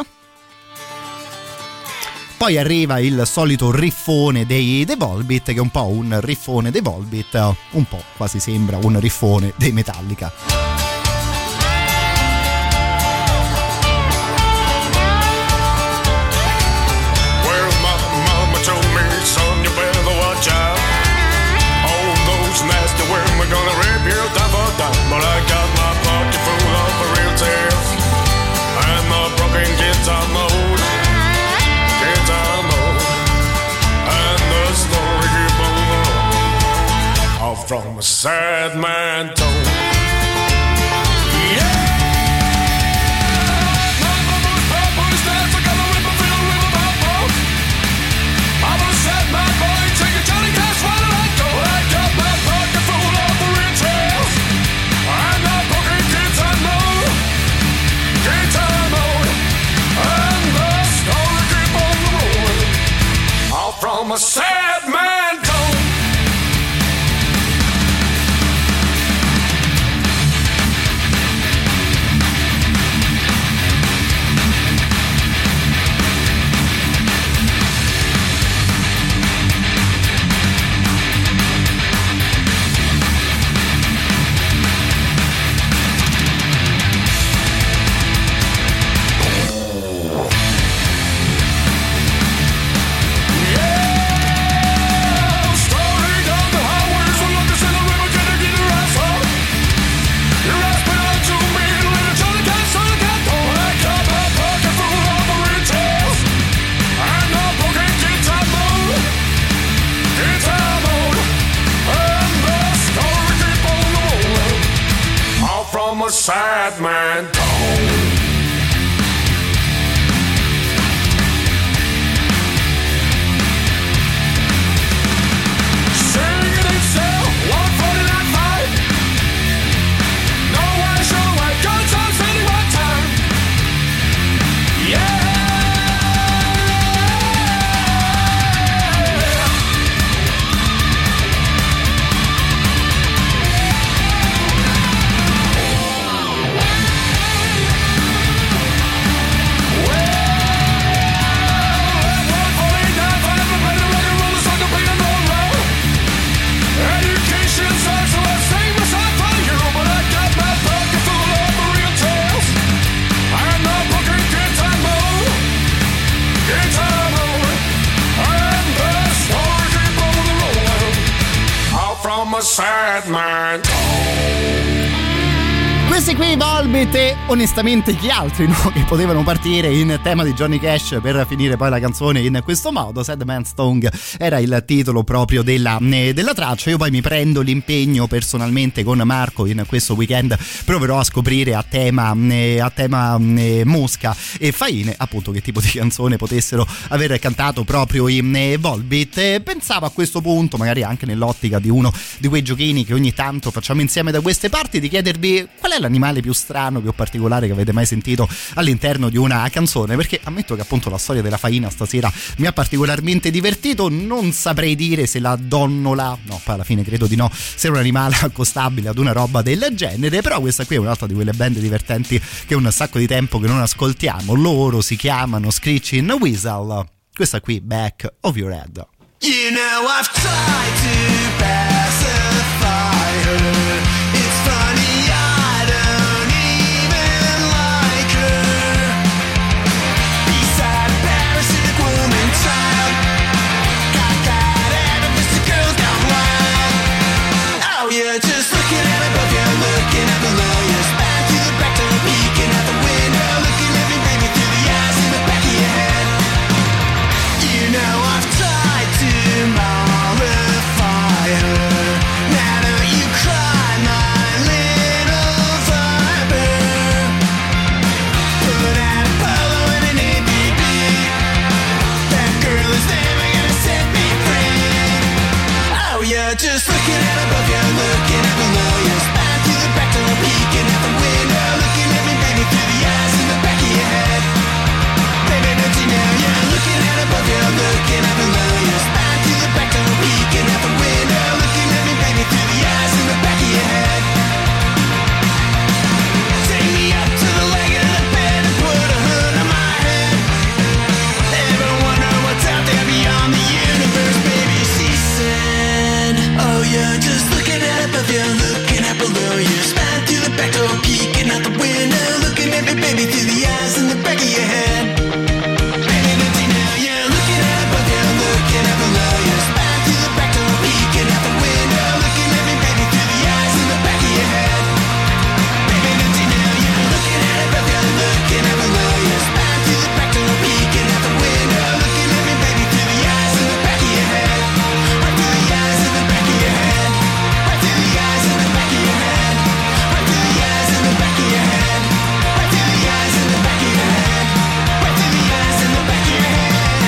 Poi arriva il solito riffone dei The Volbeat, che è un po' un riffone dei Volbeat, un po' quasi sembra un riffone dei Metallica. But I got my pocket full of real tales and the broken guitar mode, guitar mode, and the story keep on going, all from a sad man tone. Yeah. From a sad man tone. From a sad man tone. Sad man. Questi qui Volbeat e onestamente gli altri, no? Che potevano partire in tema di Johnny Cash per finire poi la canzone in questo modo. Sad Man's Tongue era il titolo proprio della, della traccia. Io poi mi prendo l'impegno personalmente con Marco in questo weekend, proverò a scoprire a tema, a tema Mosca e Faine appunto che tipo di canzone potessero aver cantato proprio i Volbeat. Pensavo a questo punto, magari anche nell'ottica di uno di quei giochini che ogni tanto facciamo insieme da queste parti, di chiedervi qual è l'animale più strano, più particolare che avete mai sentito all'interno di una canzone, perché ammetto che appunto la storia della faina stasera mi ha particolarmente divertito. Non saprei dire se la donnola, no, poi alla fine credo di no, sia un animale accostabile ad una roba del genere, però questa qui è un'altra di quelle band divertenti che è un sacco di tempo che non ascoltiamo. Loro si chiamano Screeching Weasel, questa qui Back of Your Head. You know I've tried to pacify her. It's funny I don't even like her. just looking at above you, looking at below you. Spine to the back to the peeking at the window, looking at me, baby, through the eyes in the back of your head. Baby, don't you know you're looking at above you, looking at below you. Spine to the back to the peeking at the window, looking at me, baby, through the eyes in the back of your head. Take me up to the leg of the bed and put a hood on my head. Ever wonder what's out there beyond the universe, baby? She said, oh, you're just looking at above you, looking at below you. Spine through the back door, peeking out the window, looking at me, baby, through the eyes in the back of your head. Baby, don't you know you're looking at above you, looking at below you. Spine through the back door, peeking out the window, looking at me, baby, through the eyes in the back of your head. Baby, don't you know you're looking at above you, looking at below you. Spine through the back door, peeking out the window, looking at me, baby, through the eyes in the back of your head. Right through the eyes in the back of your head. Right through the eyes in the back of your head. Right through the eyes in the back of your head. Right through the eyes in the back of your head. Right through the eyes in the back of your head.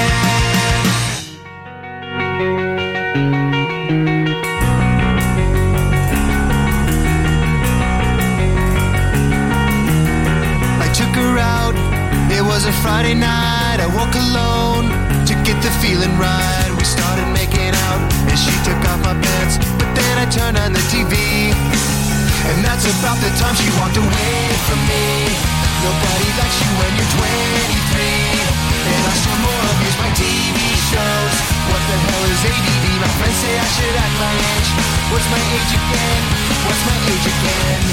I took her out, it was a Friday night. I woke alone to get the feeling right. We started making out and she took off my pants, but then I turned on the T V, and that's about the time she walked away from me. Nobody likes you when you're twenty-three, and I still more abuse my T V shows. What the hell is A D D? My friends say I should act my age. What's my age again? What's my age again?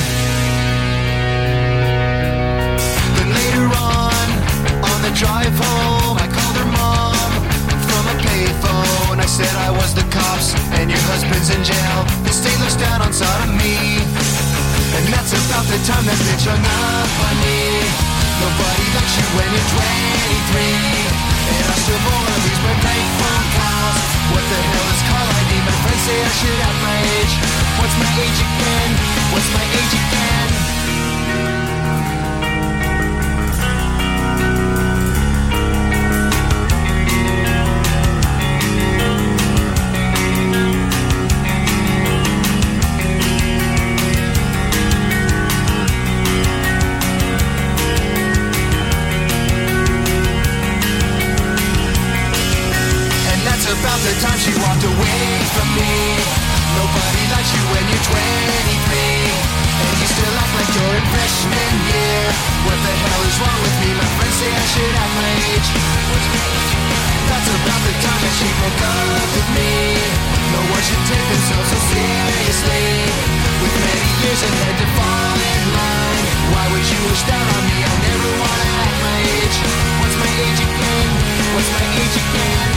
Then later on, on the drive home, I called her mom from a payphone. I said I was the cops and your husband's in jail. The state looks down on sodomy, and that's about the time that bitch hung up on me. Nobody likes you when you're twenty-three, and I still more of these my prank phone calls. What the hell is call I D? My friends say I should have my age. What's my age again? What's my age again? About the time she walked away from me. Nobody likes you when you're twenty-three, and you still act like you're in freshman year. What the hell is wrong with me? My friends say I should have my age. That's about the time that she broke up with me. No one should take themselves so seriously, with many years ahead to fall in line. Why would you wish that on me? I never wanna act my age. What's my age again? What's my age again?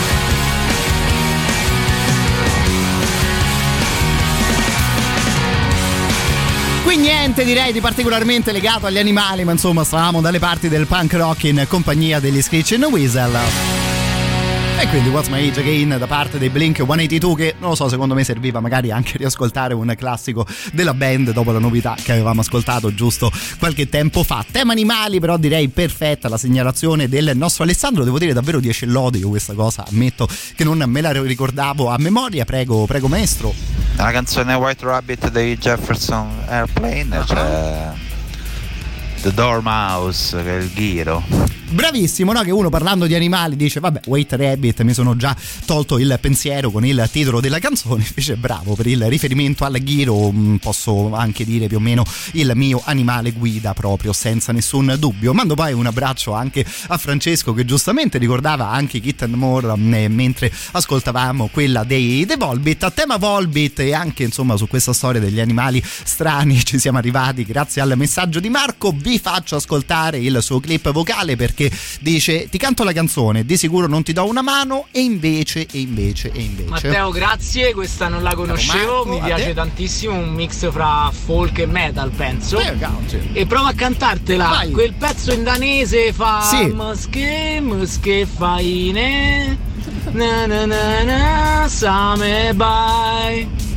Qui niente direi di particolarmente legato agli animali, ma insomma stavamo dalle parti del punk rock in compagnia degli Screeching Weasel. E quindi What's My Age Again da parte dei Blink centottantadue, che non lo so, secondo me serviva magari anche riascoltare un classico della band dopo la novità che avevamo ascoltato giusto qualche tempo fa. Tema animali, però direi perfetta la segnalazione del nostro Alessandro, devo dire davvero dieci lodi io questa cosa, ammetto che non me la ricordavo a memoria. Prego, prego maestro. La canzone White Rabbit dei Jefferson Airplane, uh-huh. Cioè The Dormouse, che è il ghiro. Bravissimo, no? Che uno parlando di animali dice vabbè, White Rabbit, mi sono già tolto il pensiero con il titolo della canzone. Invece bravo, per il riferimento al ghiro posso anche dire più o meno il mio animale guida proprio, senza nessun dubbio. Mando poi un abbraccio anche a Francesco che giustamente ricordava anche Kit and More eh, mentre ascoltavamo quella dei The Volbeat. A tema Volbeat e anche insomma su questa storia degli animali strani ci siamo arrivati grazie al messaggio di Marco. Vi faccio ascoltare il suo clip vocale perché dice: ti canto la canzone, di sicuro non ti do una mano, e invece e invece e invece. Matteo, grazie, questa non la conoscevo. Marco, mi piace tantissimo, un mix fra folk e metal penso. Eh, e prova a cantartela. Vai. Quel pezzo in danese fa sì. Muske muske faine na na na na same bye.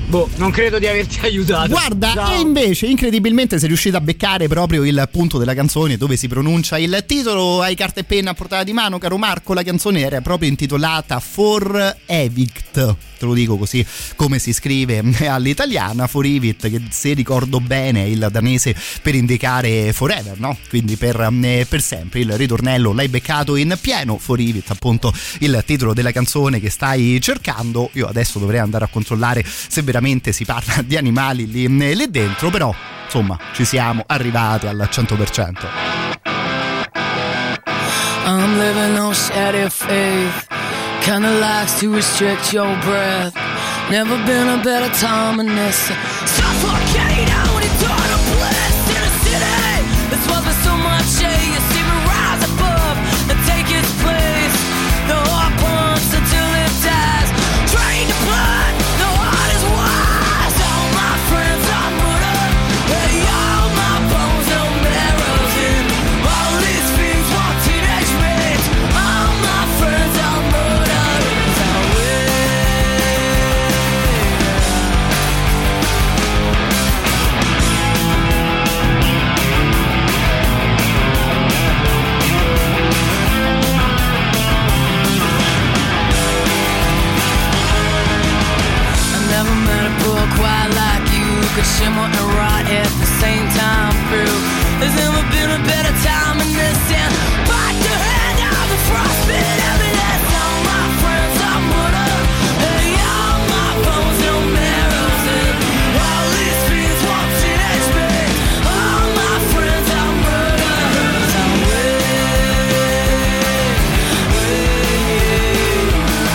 boh, non credo di averti aiutato. Guarda, Ciao. E invece incredibilmente sei riuscito a beccare proprio il punto della canzone dove si pronuncia il titolo. Hai carta e penna a portata di mano, caro Marco? La canzone era proprio intitolata For Evict, te lo dico così come si scrive all'italiana. For Evit, che se ricordo bene è il danese per indicare forever, no? Quindi per, eh, per sempre. Il ritornello l'hai beccato in pieno. For Evit, appunto il titolo della canzone che stai cercando. Io adesso dovrei andare a controllare se veramente si parla di animali lì, lì dentro, però insomma ci siamo arrivati al cento per cento. I'm living on shattered faith, kinda likes to restrict your breath. Never been a better time than this. Suffocate out when it's on a bliss in a city that's supposed to be so much shade. You see me rise above and take its place. The heart pumps until it dies. Drain the blood, the heart is wise. All my friends are murdered. Hey, all my bones, no marrows in. All these things want teenage rage. All my friends are murdered. It's our way. Never met a book quite like you, could shimmer and rot at the same time through. There's never been a better time in this and bite the hand out the frostbite evidence. All my friends are murdered. Hey, all my bones, no marrows in. All these fiends want teenage pain. All my friends are murdered. It's our way, way, way.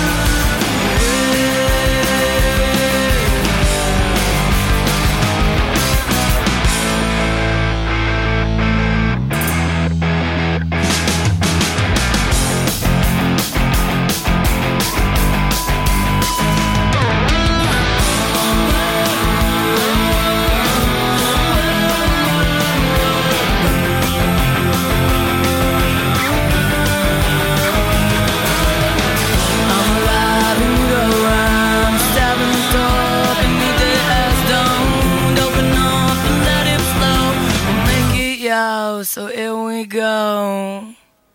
So here we go.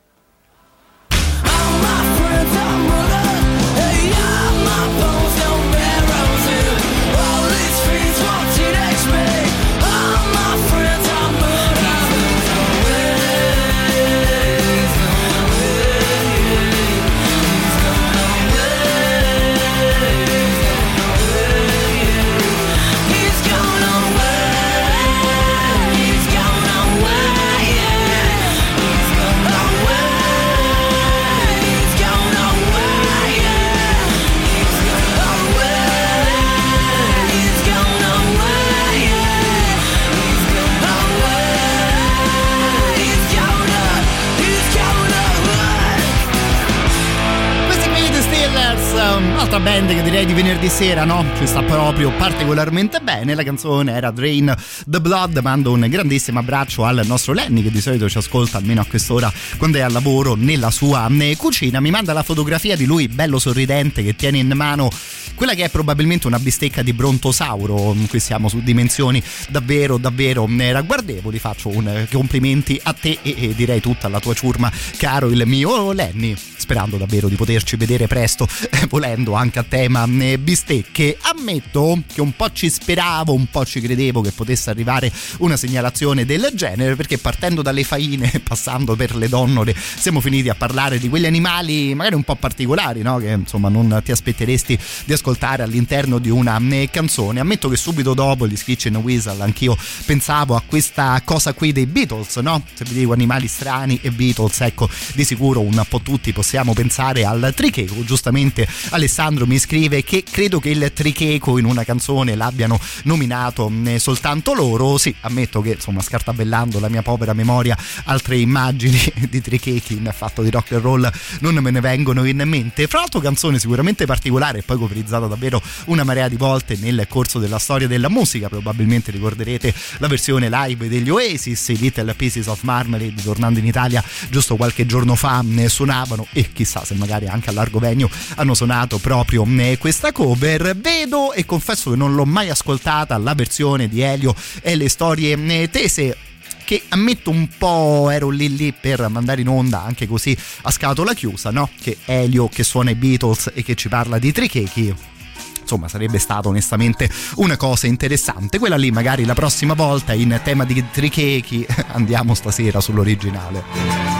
All my friends are murdered. Hey, all my bones, no marrows in. All these fiends want teenage me. All my friends are murdered. He's gone away. He's gone away. He's gone away. He's gone away. He's gone away. Un'altra band che direi di venerdì sera, no? Ci sta proprio particolarmente bene. La canzone era Drain the Blood. Mando un grandissimo abbraccio al nostro Lenny, che di solito ci ascolta almeno a quest'ora quando è al lavoro nella sua cucina. Mi manda la fotografia di lui bello sorridente che tiene in mano quella che è probabilmente una bistecca di brontosauro. Qui siamo su dimensioni davvero davvero ragguardevoli. Faccio un complimenti a te e, e direi tutta la tua ciurma, caro il mio Lenny, sperando davvero di poterci vedere presto, eh, volendo anche a tema eh, bistecche. Ammetto che un po' ci speravo, un po' ci credevo che potesse arrivare una segnalazione del genere, perché partendo dalle faine e passando per le donnole siamo finiti a parlare di quegli animali magari un po' particolari, no? Che insomma non ti aspetteresti di ascoltare all'interno di una eh, canzone. Ammetto che subito dopo gli Screech and Whistle anch'io pensavo a questa cosa qui dei Beatles, no? Se vi dico animali strani e Beatles, ecco, di sicuro un po' tutti possiamo pensare al tricheco. Giustamente Alessandro mi scrive che credo che il tricheco in una canzone l'abbiano nominato soltanto loro. Sì, ammetto che insomma, scartabellando la mia povera memoria, altre immagini di trichechi in fatto di rock and roll non me ne vengono in mente. Fra l'altro canzone sicuramente particolare e poi coverizzata ascoltata davvero una marea di volte nel corso della storia della musica. Probabilmente ricorderete la versione live degli Oasis, i Little Pieces of Marmalade, tornando in Italia giusto qualche giorno fa ne suonavano, e chissà se magari anche a largo venue hanno suonato proprio questa cover. Vedo e confesso che non l'ho mai ascoltata la versione di Elio e le storie tese, che ammetto un po' ero lì lì per mandare in onda anche così a scatola chiusa, no? Che Elio che suona i Beatles e che ci parla di trichechi, insomma sarebbe stato onestamente una cosa interessante. Quella lì magari la prossima volta. In tema di trichechi andiamo stasera sull'originale.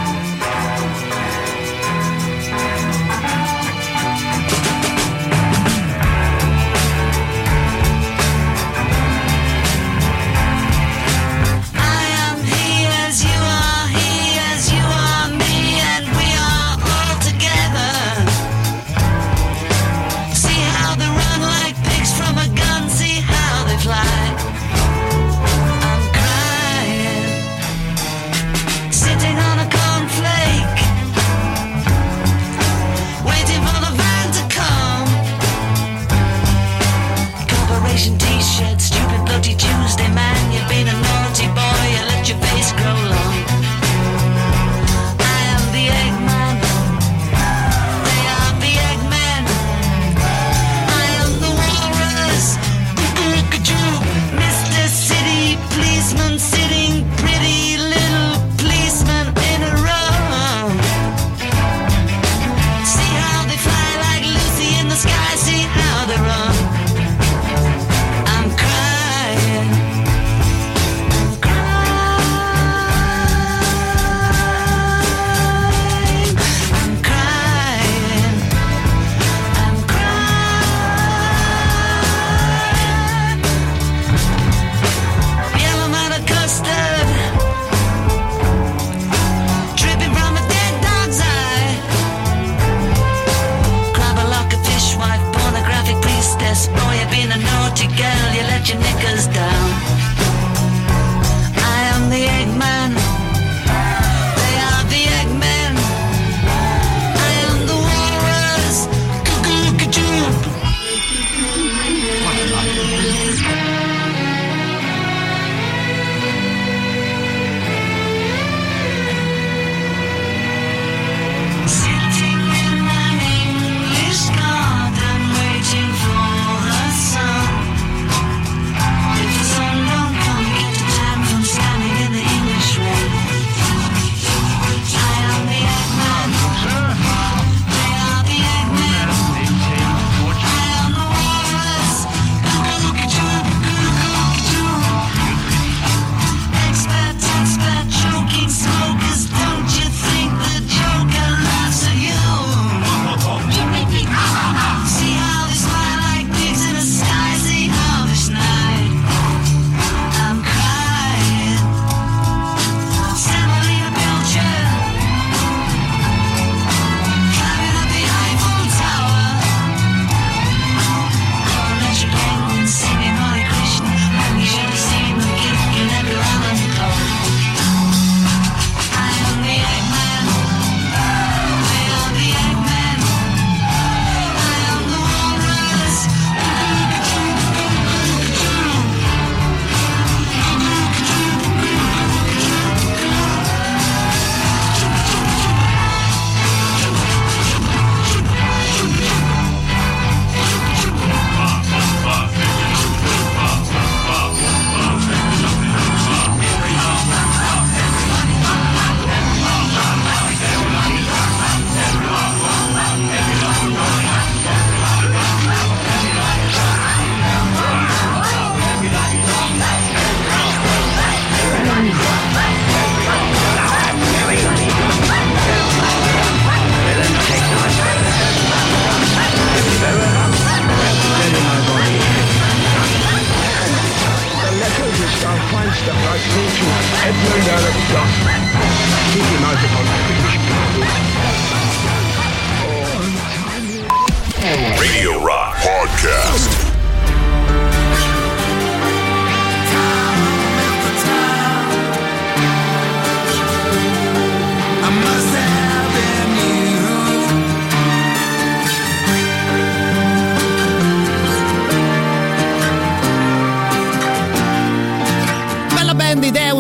Radio Rock Podcast.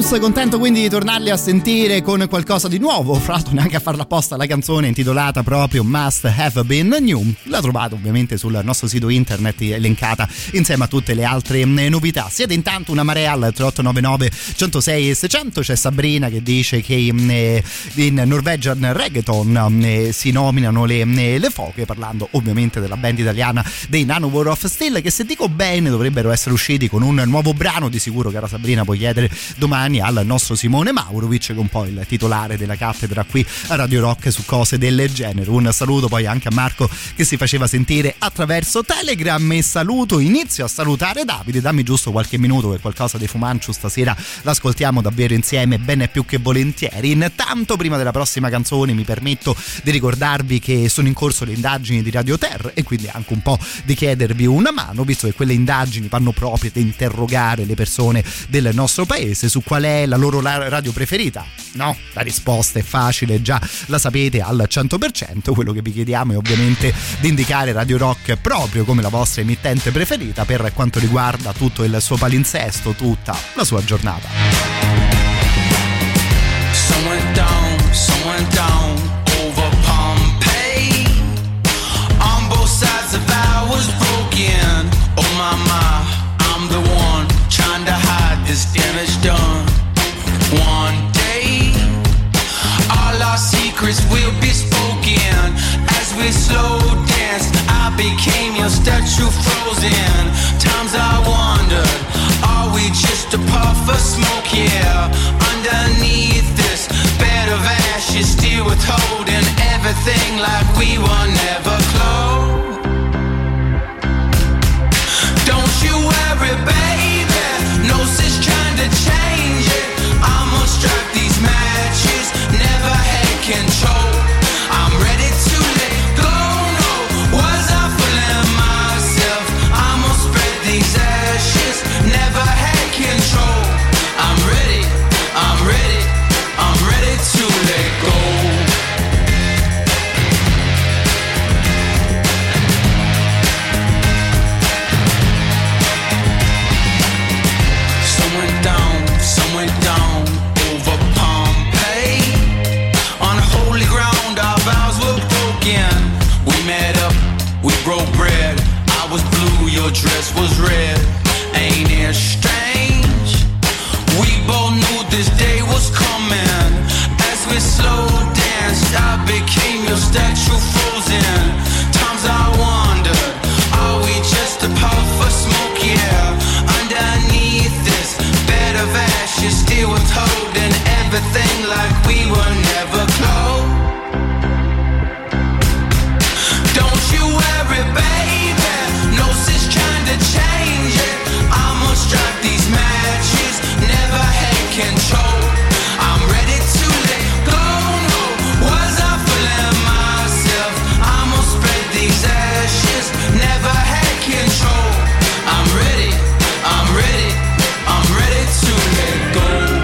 Warriors, contento quindi di tornarli a sentire con qualcosa di nuovo, fra l'altro neanche a farla apposta la canzone intitolata proprio Must Have Been New, la trovate ovviamente sul nostro sito internet elencata insieme a tutte le altre novità. Siete intanto una marea al tre otto nove nove uno zero sei seicento, c'è Sabrina che dice che in Norwegian Reggaeton si nominano le, le foche, parlando ovviamente della band italiana dei Nano War of Steel, che se dico bene dovrebbero essere usciti con un nuovo brano, di sicuro cara Sabrina puoi chiedere domani al nostro Simone Maurovic, che è un po' il titolare della cattedra qui a Radio Rock su cose del genere. Un saluto poi anche a Marco che si faceva sentire attraverso Telegram, e saluto, inizio a salutare Davide. Dammi giusto qualche minuto che qualcosa dei Fumanchu stasera l'ascoltiamo davvero insieme ben più che volentieri. Intanto, prima della prossima canzone, mi permetto di ricordarvi che sono in corso le indagini di Radio Terra e quindi anche un po' di chiedervi una mano, visto che quelle indagini vanno proprio ad interrogare le persone del nostro paese su qual è la loro radio preferita. No, la risposta è facile, già la sapete al cento per cento. Quello che vi chiediamo è ovviamente di indicare Radio Rock proprio come la vostra emittente preferita per quanto riguarda tutto il suo palinsesto, tutta la sua giornata. Sun went down, sun went down over Pompeii. On both sides the vow was broken. Oh my my, I'm the one trying to hide this damage done. One day, all our secrets will be spoken. As we slow danced, I became your statue frozen. Times I wondered, are we just a puff of smoke? Yeah, underneath this bed of ashes, still withholding everything like we were never close. Don't you worry, baby, no sense trying to change it. I'ma strike these matches, never had control. I'm ready to let go, no, was I fooling myself? I'ma spread these ashes, never had control. I'm ready, I'm ready, I'm ready to let go. Some went down, some went down over Pompeii. On holy ground our vows were broken. We met up, we broke bread. I was blue, your dress was red. Ain't it strange? We both knew this day was coming. As we slow danced, I became your statue frozen. Times I wondered, are we just a puff of smoke? Yeah, underneath this bed of ashes, still withholding everything like we were never close. Don't you worry, baby, no sense trying to change it. I'ma strike these matches, never had control. I'm ready to let go, no, was I fooling myself? I'ma spread these ashes, never had control. I'm ready, I'm ready, I'm ready to let go.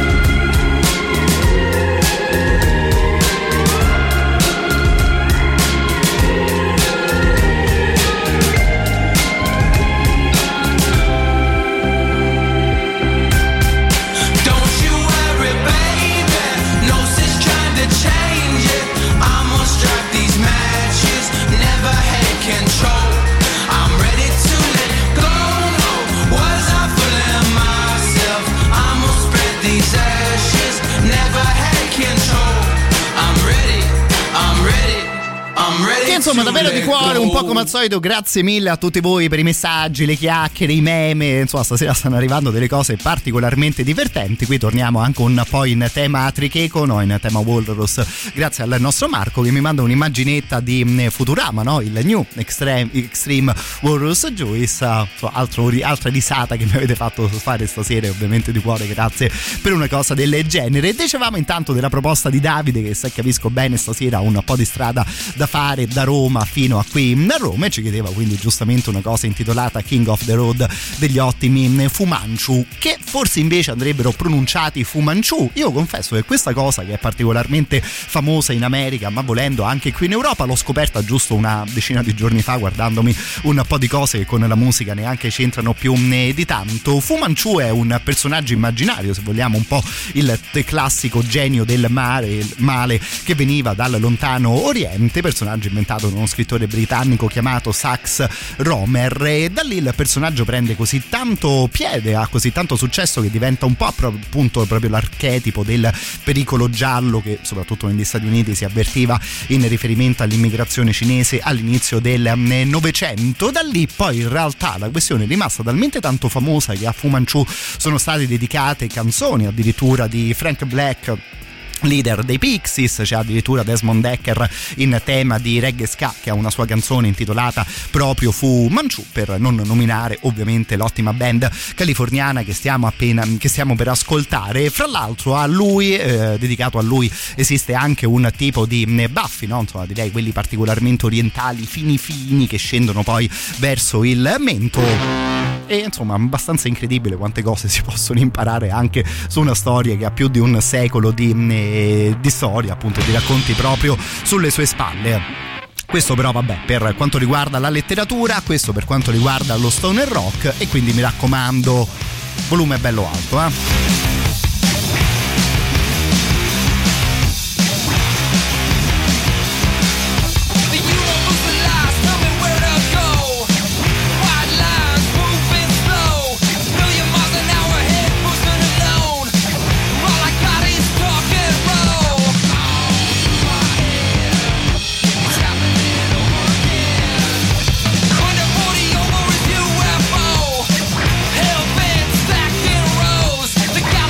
Insomma, davvero di cuore, un po' come al solito, grazie mille a tutti voi per i messaggi, le chiacchiere, i meme. Insomma, stasera stanno arrivando delle cose particolarmente divertenti. Qui torniamo anche un po' in tema Tricheco, no, in tema Walrus, grazie al nostro Marco che mi manda un'immaginetta di Futurama, no? Il New Extreme, Extreme Walrus Juice. So, altro, altra risata che mi avete fatto fare stasera, ovviamente di cuore, grazie per una cosa del genere. Dicevamo intanto della proposta di Davide che, se capisco bene, stasera ha un po' di strada da fare da Roma Roma fino a qui a Roma, e ci chiedeva quindi giustamente una cosa intitolata King of the Road degli ottimi Fu Manchu, che forse invece andrebbero pronunciati Fu Manchu. Io confesso che questa cosa, che è particolarmente famosa in America ma volendo anche qui in Europa, l'ho scoperta giusto una decina di giorni fa guardandomi un po' di cose che con la musica neanche c'entrano più di tanto. Fu Manchu è un personaggio immaginario, se vogliamo, un po' il classico genio del mare, il male che veniva dal lontano Oriente, personaggio inventato da uno scrittore britannico chiamato Sax Rohmer, e da lì il personaggio prende così tanto piede, ha così tanto successo che diventa un po' appunto proprio l'archetipo del pericolo giallo che soprattutto negli Stati Uniti si avvertiva in riferimento all'immigrazione cinese all'inizio del Novecento. Da lì poi in realtà la questione è rimasta talmente tanto famosa che a Fu Manchu sono state dedicate canzoni addirittura di Frank Black, leader dei Pixies. C'è addirittura Desmond Decker in tema di reggae ska che ha una sua canzone intitolata proprio Fu Manchu, per non nominare ovviamente l'ottima band californiana che stiamo appena che stiamo per ascoltare. Fra l'altro a lui eh, dedicato a lui esiste anche un tipo di baffi, no? Insomma, direi quelli particolarmente orientali, fini fini, che scendono poi verso il mento. E insomma abbastanza incredibile quante cose si possono imparare anche su una storia che ha più di un secolo di, eh, di storia, appunto, di racconti proprio sulle sue spalle. Questo però vabbè per quanto riguarda la letteratura, questo per quanto riguarda lo stoner rock, e quindi mi raccomando, volume bello alto, eh. The guy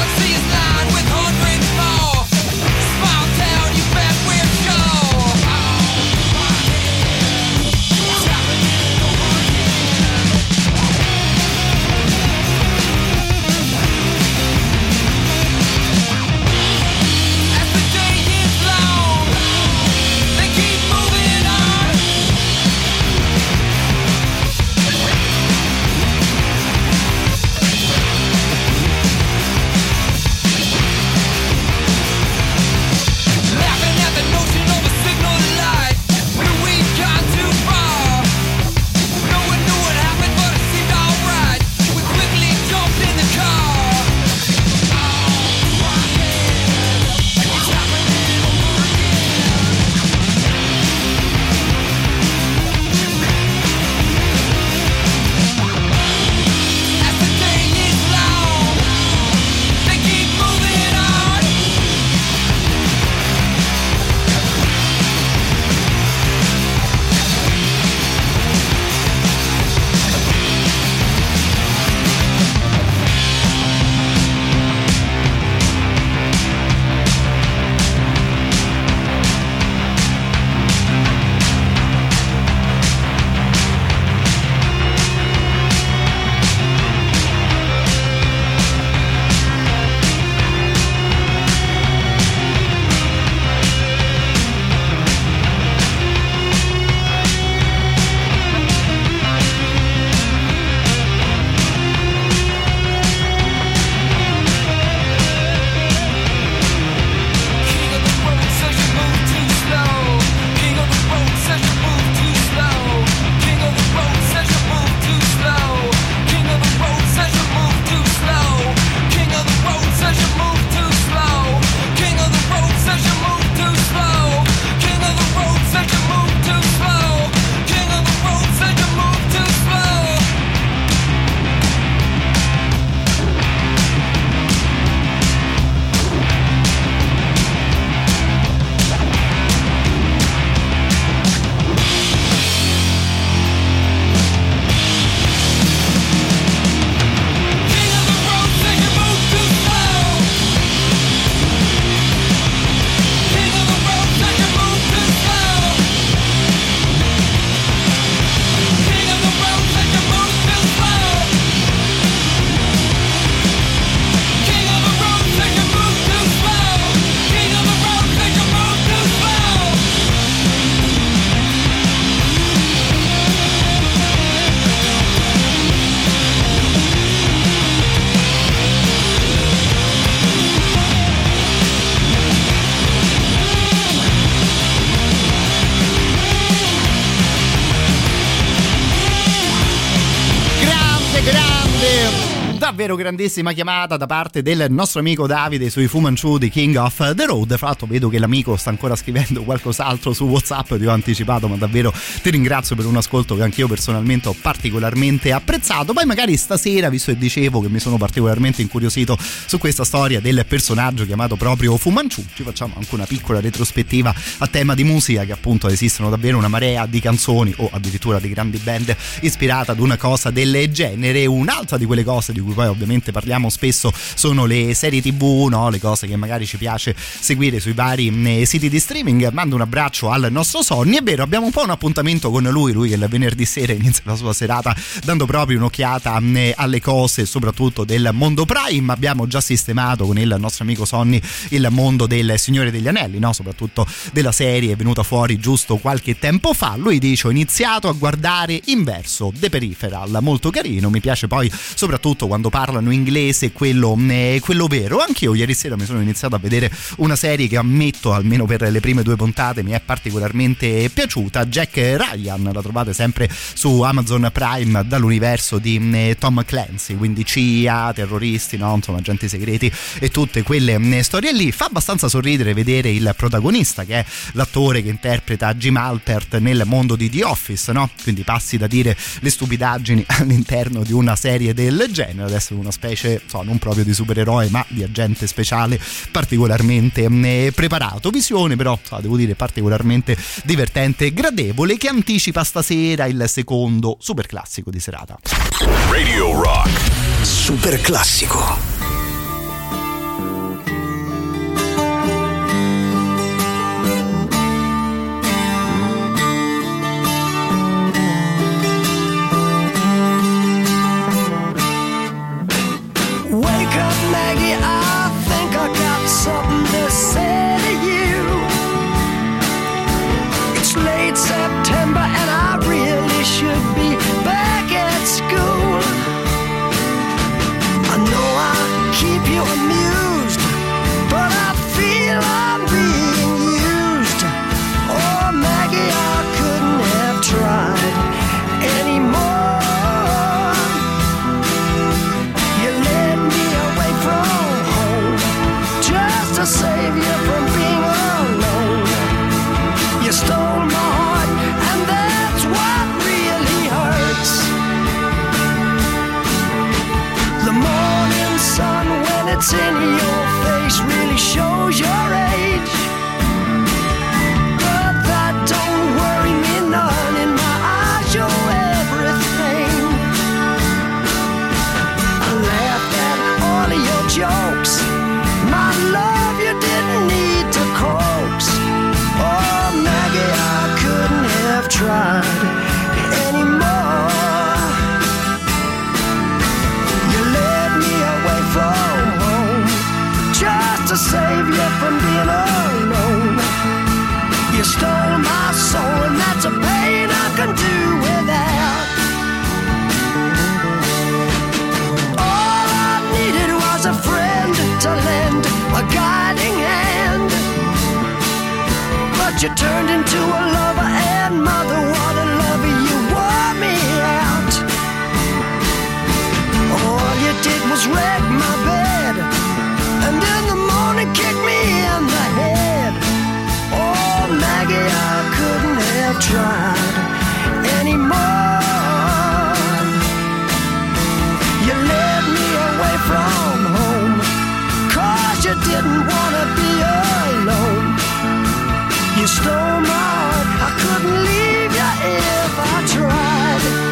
grande, davvero grandissima chiamata da parte del nostro amico Davide sui Fu Manchu di King of the Road. Fra l'altro vedo che l'amico sta ancora scrivendo qualcos'altro su WhatsApp, ti ho anticipato, ma davvero ti ringrazio per un ascolto che anch'io personalmente ho particolarmente apprezzato. Poi magari stasera, visto che dicevo che mi sono particolarmente incuriosito su questa storia del personaggio chiamato proprio Fu Manchu, ci facciamo anche una piccola retrospettiva a tema di musica, che appunto esistono davvero una marea di canzoni o addirittura di grandi band ispirate ad una cosa del genere. Un'altra di quelle cose di cui poi ovviamente parliamo spesso sono le serie tv, no? Le cose che magari ci piace seguire sui vari eh, siti di streaming. Mando un abbraccio al nostro Sonny. È vero, abbiamo un po' un appuntamento con lui, lui che il venerdì sera inizia la sua serata dando proprio un'occhiata eh, alle cose soprattutto del mondo Prime. Abbiamo già sistemato con il nostro amico Sonny il mondo del Signore degli Anelli, no? Soprattutto della serie, è venuta fuori giusto qualche tempo fa. Lui dice: ho iniziato a guardare Inverso, The Peripheral, molto carino, mi piace poi soprattutto quando parlano inglese, quello, eh, quello vero. Anch'io ieri sera mi sono iniziato a vedere una serie che ammetto, almeno per le prime due puntate, mi è particolarmente piaciuta. Jack Ryan, la trovate sempre su Amazon Prime, dall'universo di eh, Tom Clancy, quindi C I A, terroristi, no? Insomma, agenti segreti e tutte quelle eh, storie lì. Fa abbastanza sorridere vedere il protagonista, che è l'attore che interpreta Jim Halpert nel mondo di The Office, no? Quindi passi da dire le stupidaggini all'interno di una serie del genere, adesso una specie, so, non proprio di supereroe ma di agente speciale particolarmente eh, preparato. Visione però, so, devo dire, particolarmente divertente e gradevole, che anticipa stasera il secondo super classico di serata. Radio Rock Super classico. Something to say to you. It's late September and I really should be back at school. I know I keep you amused, but I feel I'm being used. Oh Maggie, I couldn't have tried anymore. You led me away from home just to save you from being alone. You stole my heart, and that's what really hurts. The morning sun, when it's in your face, really shows your age. But that don't worry me none. In my eyes, you're everything. I laughed at all of your jokes. My love, you didn't need to coax. Oh, Maggie, I couldn't have tried anymore. You led me away from home just to save you from being alone. You stole my soul, and that's a pain I can do without. All I needed was a friend to lend a guiding hand, but you turned into a lover and mother. What a lover, you wore me out. All you did was wreck my bed, and in the morning kick me in the head. Oh Maggie, I couldn't have tried anymore. You led me away from home, cause you didn't wanna be alone. You stole my heart, I couldn't leave you if I tried.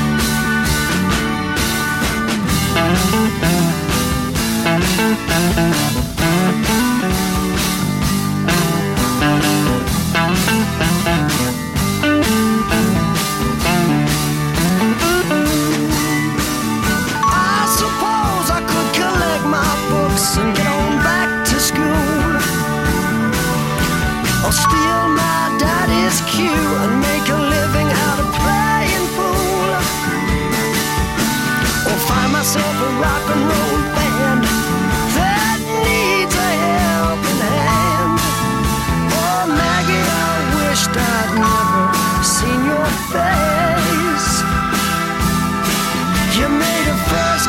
I suppose I could collect my books and get on back to school, or steal my daddy's cue and make a living out of playing fool, or find myself a rock and roll band that needs a helping hand. Oh Maggie, I wished I'd never seen your face. You made a fuss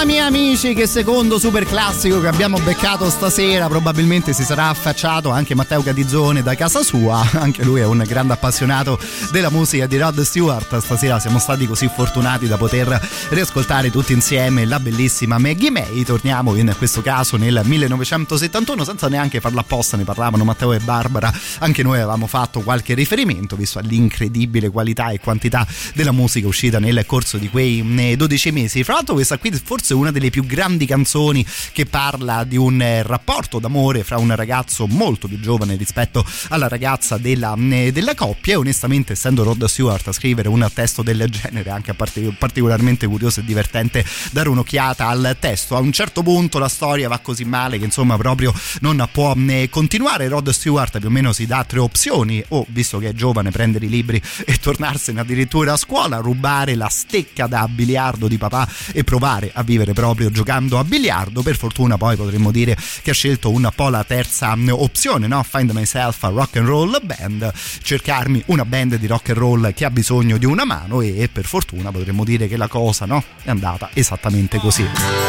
Mamma mia amici, che secondo super classico che abbiamo beccato stasera. Probabilmente si sarà affacciato anche Matteo Catizzone da casa sua, anche lui è un grande appassionato della musica di Rod Stewart. Stasera siamo stati così fortunati da poter riascoltare tutti insieme la bellissima Maggie May. Torniamo in questo caso nel millenovecentosettantuno, senza neanche farla apposta, ne parlavano Matteo e Barbara, anche noi avevamo fatto qualche riferimento visto all'incredibile qualità e quantità della musica uscita nel corso di quei dodici mesi. Fra l'altro questa qui forse è una delle più grandi canzoni che parla di un rapporto d'amore fra un ragazzo molto più giovane rispetto alla ragazza della, della coppia, e onestamente essendo Rod Stewart a scrivere un testo del genere è anche particolarmente curioso e divertente dare un'occhiata al testo. A un certo punto la storia va così male che insomma proprio non può continuare. Rod Stewart più o meno si dà tre opzioni: o, visto che è giovane, prendere i libri e tornarsene addirittura a scuola, rubare la stecca da biliardo di papà e provare a vivere proprio giocando a biliardo. Per fortuna poi potremmo dire che ha scelto un po' la terza opzione, no? Find myself a rock and roll band, cercarmi una band di rock and roll che ha bisogno di una mano, e per fortuna potremmo dire che la cosa, no, è andata esattamente così.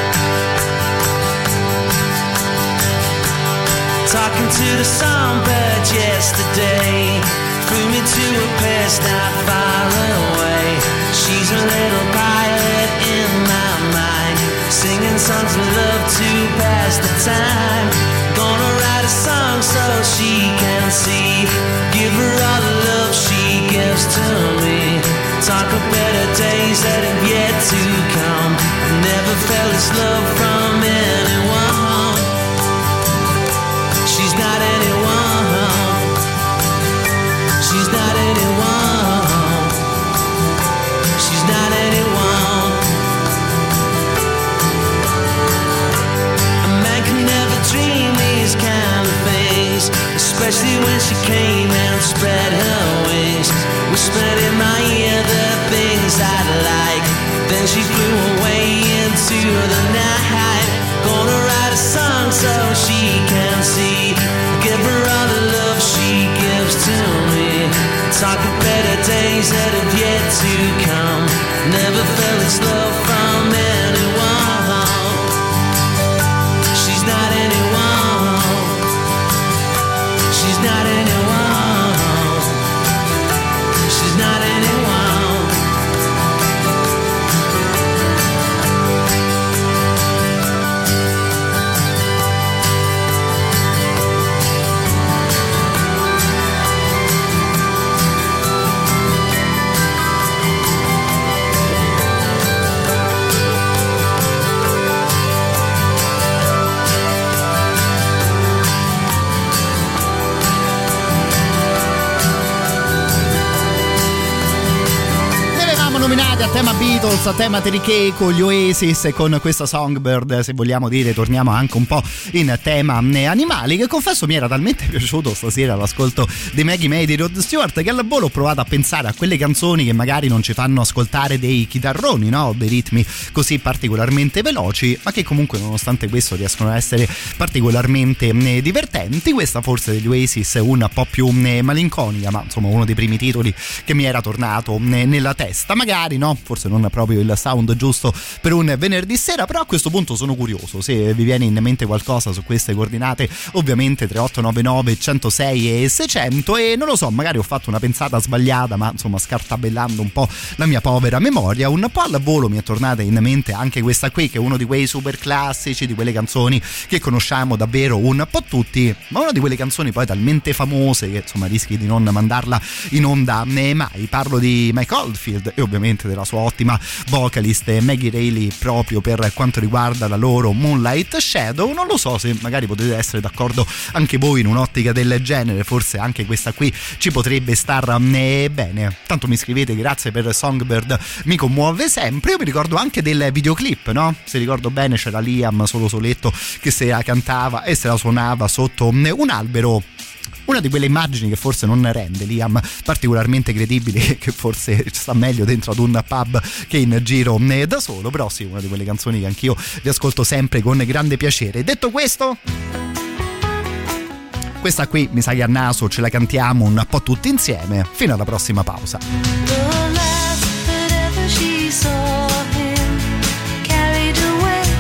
Talking to the songbird yesterday, flew me to a place not far away. She's a little pilot in my mind, singing songs of love to pass the time. Gonna write a song so she can see, give her all the love she gives to me. Talk of better days that have yet to come. Never felt this love from anyone. She's not anyone. She's not anyone. She's not anyone. A man can never dream these kind of things, especially when she came and spread her wings, whispered in my ear the things I'd like. Then she flew away into the night. Gonna write a song so she can see, give her all the love she gives to me. Talk of better days that have yet to come. Never felt this love from anyone. She's not anyone. She's not anyone. She's not anyone. Nominati a tema Beatles, a tema Terry Kay con gli Oasis, e con questa Songbird, se vogliamo dire, torniamo anche un po' in tema animali, che confesso mi era talmente piaciuto stasera l'ascolto di Maggie May di Rod Stewart che al volo ho provato a pensare a quelle canzoni che magari non ci fanno ascoltare dei chitarroni, no? Dei ritmi così particolarmente veloci, ma che comunque nonostante questo riescono a essere particolarmente divertenti. Questa forse degli Oasis è un po' più malinconica, ma insomma uno dei primi titoli che mi era tornato nella testa. Magari no, forse non è proprio il sound giusto per un venerdì sera, però a questo punto sono curioso se vi viene in mente qualcosa su queste coordinate, ovviamente tre otto nove nove centosei e seicento, e non lo so, magari ho fatto una pensata sbagliata, ma insomma scartabellando un po' la mia povera memoria, un po' al volo mi è tornata in mente anche questa qui, che è uno di quei super classici, di quelle canzoni che conosciamo davvero un po' tutti, ma una di quelle canzoni poi talmente famose che insomma rischi di non mandarla in onda né mai. Parlo di Mike Oldfield e ovviamente della sua ottima vocalist Maggie Reilly proprio per quanto riguarda la loro Moonlight Shadow. Non lo so se magari potete essere d'accordo anche voi in un'ottica del genere, forse anche questa qui ci potrebbe star bene. Tanto mi scrivete, grazie per Songbird, mi commuove sempre. Io mi ricordo anche del videoclip, no? Se ricordo bene c'era Liam solo soletto che se la cantava e se la suonava sotto un albero. Una di quelle immagini che forse non rende Liam particolarmente credibile, che forse sta meglio dentro ad un pub che in giro da solo, però sì, una di quelle canzoni che anch'io vi ascolto sempre con grande piacere. Detto questo, questa qui mi sa che a naso ce la cantiamo un po' tutti insieme fino alla prossima pausa. The last that ever she saw him carried away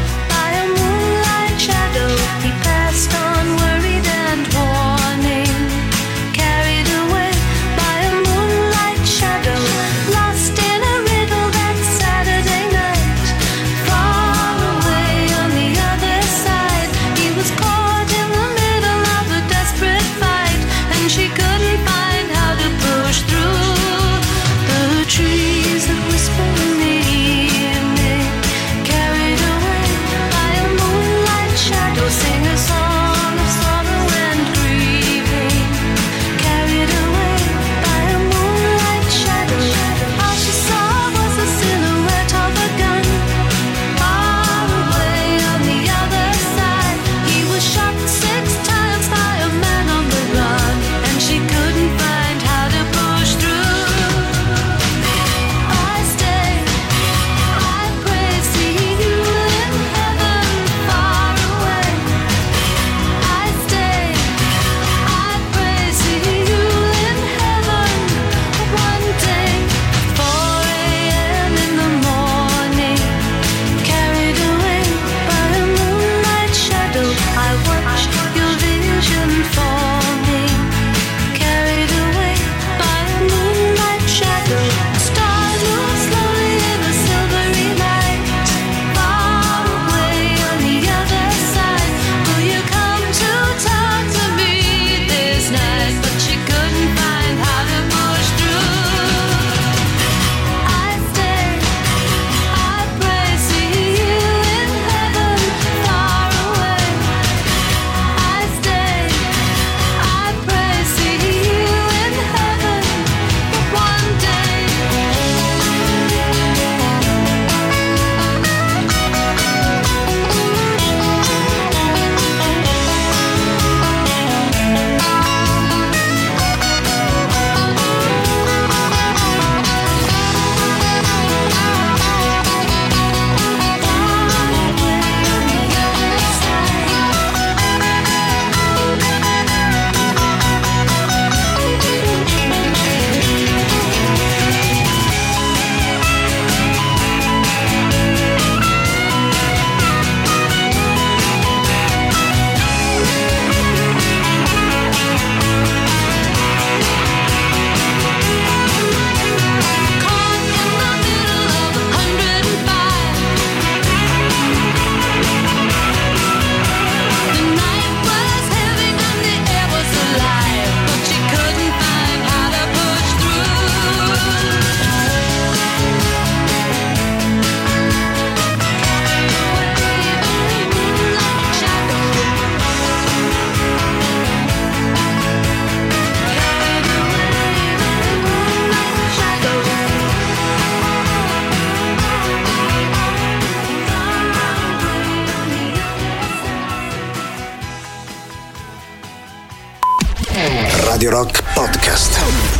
Radio Rock Podcast.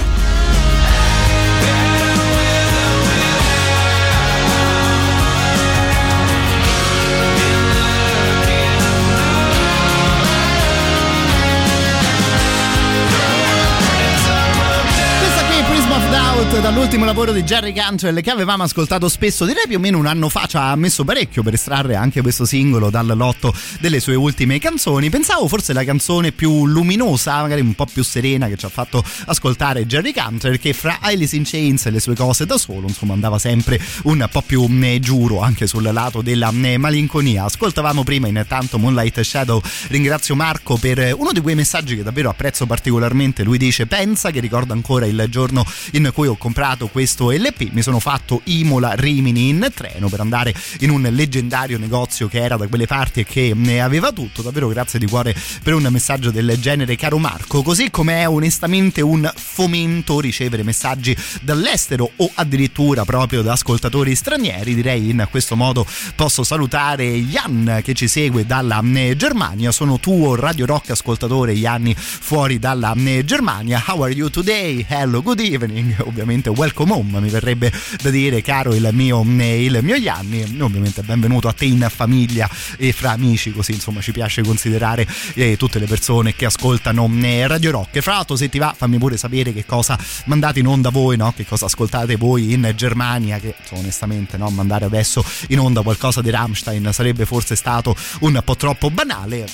Dall'ultimo lavoro di Jerry Cantrell che avevamo ascoltato spesso, direi più o meno un anno fa, ci ha messo parecchio per estrarre anche questo singolo dal lotto delle sue ultime canzoni. Pensavo forse la canzone più luminosa, magari un po' più serena, che ci ha fatto ascoltare Jerry Cantrell, che fra Alice in Chains e le sue cose da solo insomma andava sempre un po' più ne giuro anche sul lato della ne malinconia. Ascoltavamo prima intanto Moonlight Shadow. Ringrazio Marco per uno di quei messaggi che davvero apprezzo particolarmente. Lui dice: pensa che ricordo ancora il giorno in cui ho comprato questo L P, mi sono fatto Imola-Rimini in treno per andare in un leggendario negozio che era da quelle parti e che ne aveva tutto. Davvero grazie di cuore per un messaggio del genere, caro Marco. Così come è onestamente un fomento ricevere messaggi dall'estero o addirittura proprio da ascoltatori stranieri, direi in questo modo posso salutare Jan che ci segue dalla Germania. Sono tuo Radio Rock ascoltatore, Gianni, fuori dalla Germania. How are you today? Hello, good evening. Ovviamente welcome home mi verrebbe da dire, caro il mio, il mio Gianni. Ovviamente benvenuto a te in famiglia e fra amici, così insomma ci piace considerare eh, tutte le persone che ascoltano eh, Radio Rock. Fra l'altro, se ti va, fammi pure sapere che cosa mandate in onda voi, no? Che cosa ascoltate voi in Germania, che insomma, onestamente no, mandare adesso in onda qualcosa di Rammstein sarebbe forse stato un po' troppo banale.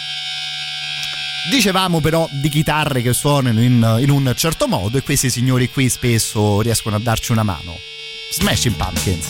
Dicevamo però di chitarre che suonano in, in un certo modo, e questi signori qui spesso riescono a darci una mano. Smashing Pumpkins.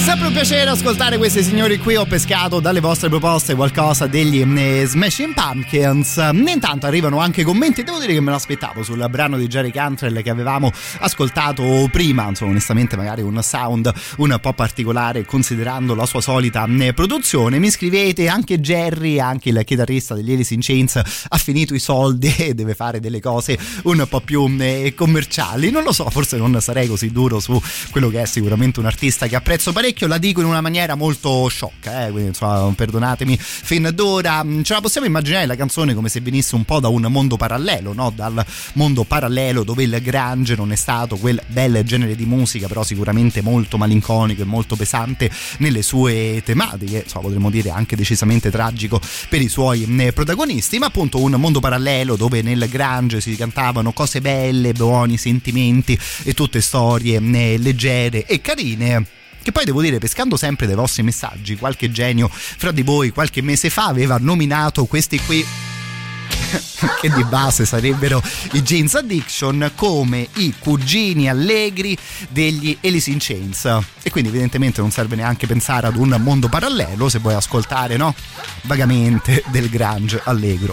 Sempre un piacere ascoltare questi signori qui. Ho pescato dalle vostre proposte qualcosa degli eh, Smashing Pumpkins. Intanto arrivano anche commenti. Devo dire che me l'aspettavo sul brano di Jerry Cantrell che avevamo ascoltato prima. Insomma, onestamente magari un sound un po' particolare considerando la sua solita eh, produzione. Mi scrivete anche Jerry, anche il chitarrista degli Alice in Chains ha finito i soldi e deve fare delle cose un po' più eh, commerciali. Non lo so, forse non sarei così duro su quello che è sicuramente un artista che apprezzo parecchio. La dico in una maniera molto sciocca, eh? Quindi insomma perdonatemi fin d'ora. Ce la possiamo immaginare la canzone come se venisse un po' da un mondo parallelo, no? Dal mondo parallelo dove il grunge non è stato quel bel genere di musica, però sicuramente molto malinconico e molto pesante nelle sue tematiche, insomma potremmo dire anche decisamente tragico per i suoi eh, protagonisti, ma appunto un mondo parallelo dove nel grunge si cantavano cose belle, buoni sentimenti e tutte storie eh, leggere e carine. Che poi devo dire, pescando sempre dai vostri messaggi, qualche genio fra di voi qualche mese fa aveva nominato questi qui che di base sarebbero i Jeans Addiction come i cugini allegri degli Alice in Chains, e quindi evidentemente non serve neanche pensare ad un mondo parallelo se vuoi ascoltare, no? Vagamente del grunge allegro.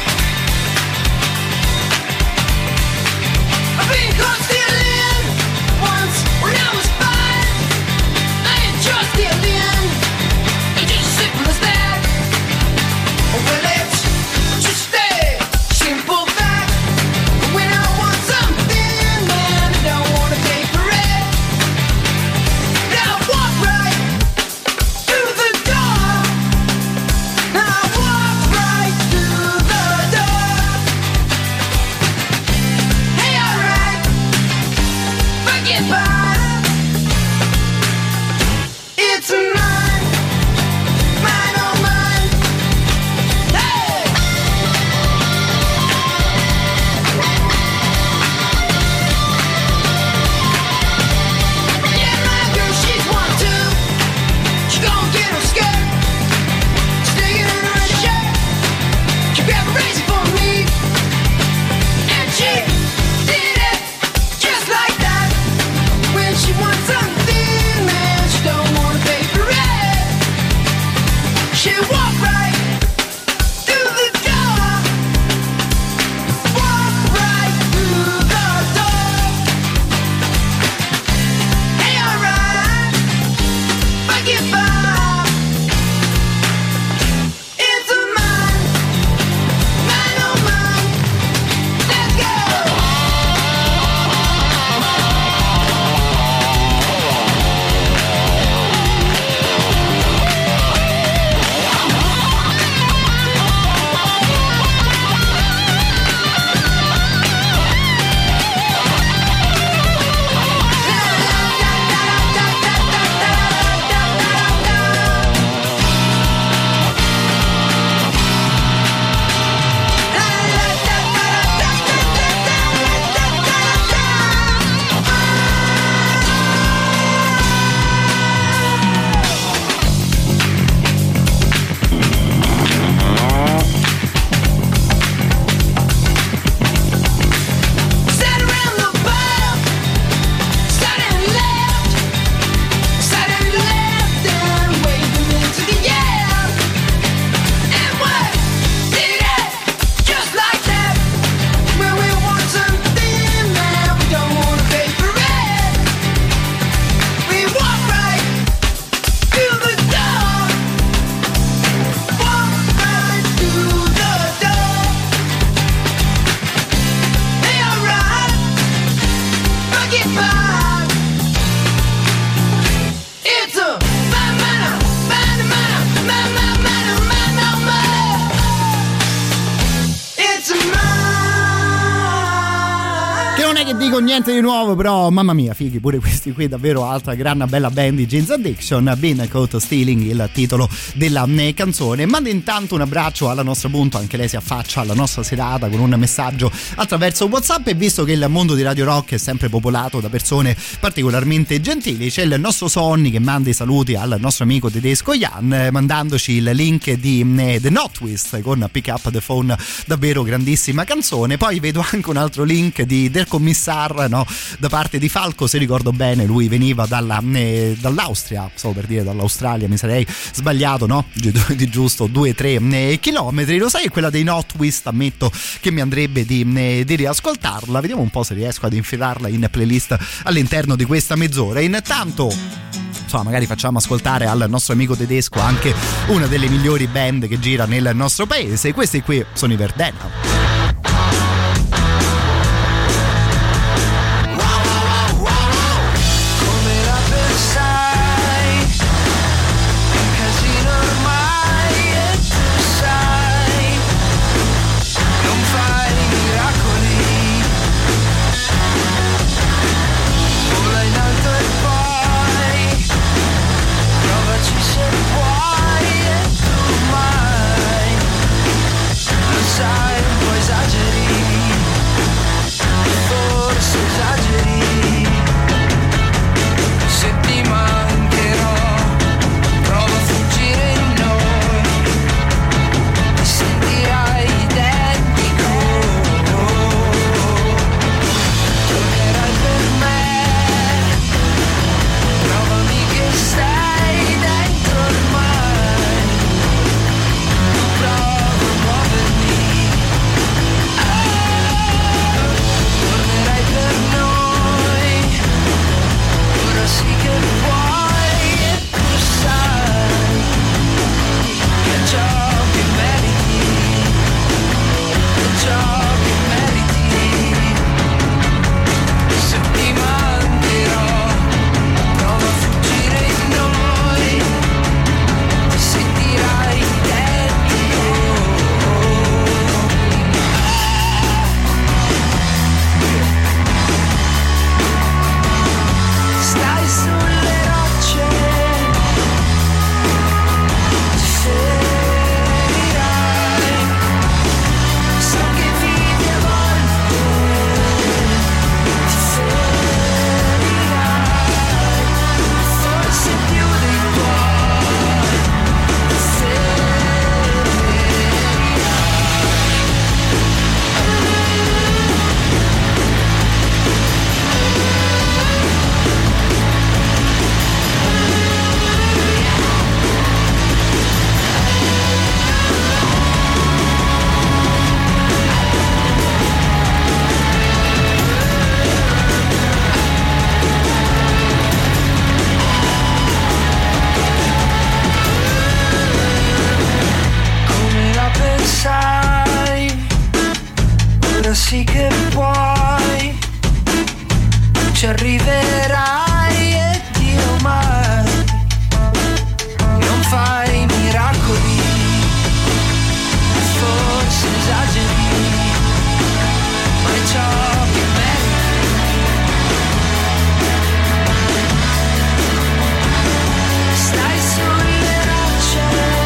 Niente di nuovo, però mamma mia, fighi pure questi qui, davvero altra gran bella band di Jeans Addiction. Been Caught Stealing, il titolo della canzone. Manda intanto un abbraccio alla nostra Punto, anche lei si affaccia alla nostra serata con un messaggio attraverso WhatsApp, e visto che il mondo di Radio Rock è sempre popolato da persone particolarmente gentili, c'è il nostro Sonny che manda i saluti al nostro amico tedesco Jan, mandandoci il link di The Notwist con Pick Up the Phone, davvero grandissima canzone. Poi vedo anche un altro link di Del Commissario Pixar, no? Da parte di Falco, se ricordo bene, lui veniva dalla, eh, dall'Austria, stavo per dire dall'Australia, mi sarei sbagliato, no? Di, di giusto due tre eh, chilometri. Lo sai, quella dei Notwist, ammetto che mi andrebbe di, eh, di riascoltarla. Vediamo un po' se riesco ad infilarla in playlist all'interno di questa mezz'ora. Intanto, insomma, magari facciamo ascoltare al nostro amico tedesco anche una delle migliori band che gira nel nostro paese. Questi qui sono i Verdena. sì che puoi, ci arriverai e Dio mai, non fai miracoli, forse esageri, ma è ciò che meriti. Stai sulle rocce,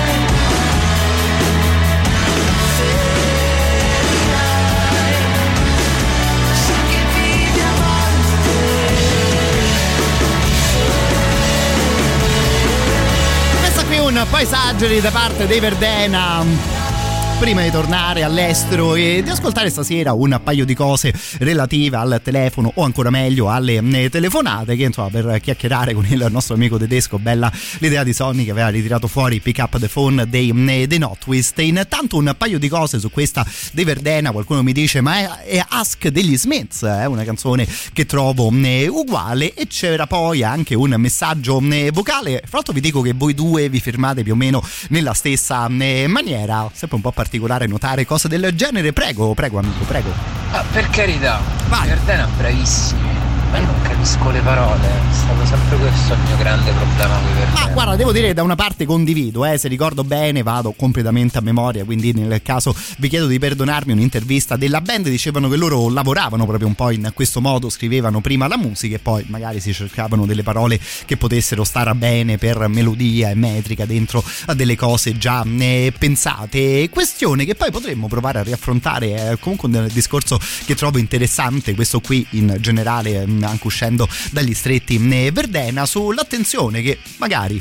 un paesaggi da parte dei Verdena. Prima di tornare all'estero e di ascoltare stasera un paio di cose relative al telefono o ancora meglio alle telefonate, che insomma per chiacchierare con il nostro amico tedesco, bella l'idea di Sonny che aveva ritirato fuori Pick Up the Phone dei, dei Notwist. Intanto un paio di cose su questa dei Verdena. Qualcuno mi dice ma è, è Ask degli Smiths, è una canzone che trovo uguale, e c'era poi anche un messaggio vocale. Fra l'altro vi dico che voi due vi firmate più o meno nella stessa maniera, sempre un po' particolare notare cose del genere. Prego, prego amico, prego. Ah, per carità, vai. Verdena bravissimi, ma io non capisco le parole, è stato sempre questo il mio grande problema con i Verdena. Ma guarda, devo dire che da una parte condivido, eh, se ricordo bene vado completamente a memoria, quindi nel caso vi chiedo di perdonarmi. Un'intervista della band, dicevano che loro lavoravano proprio un po' in questo modo, scrivevano prima la musica e poi magari si cercavano delle parole che potessero stare bene per melodia e metrica dentro a delle cose già eh, pensate. Questione che poi potremmo provare a riaffrontare, eh, comunque un discorso che trovo interessante, questo qui in generale, anche uscendo dagli stretti Verdena, sull'attenzione che magari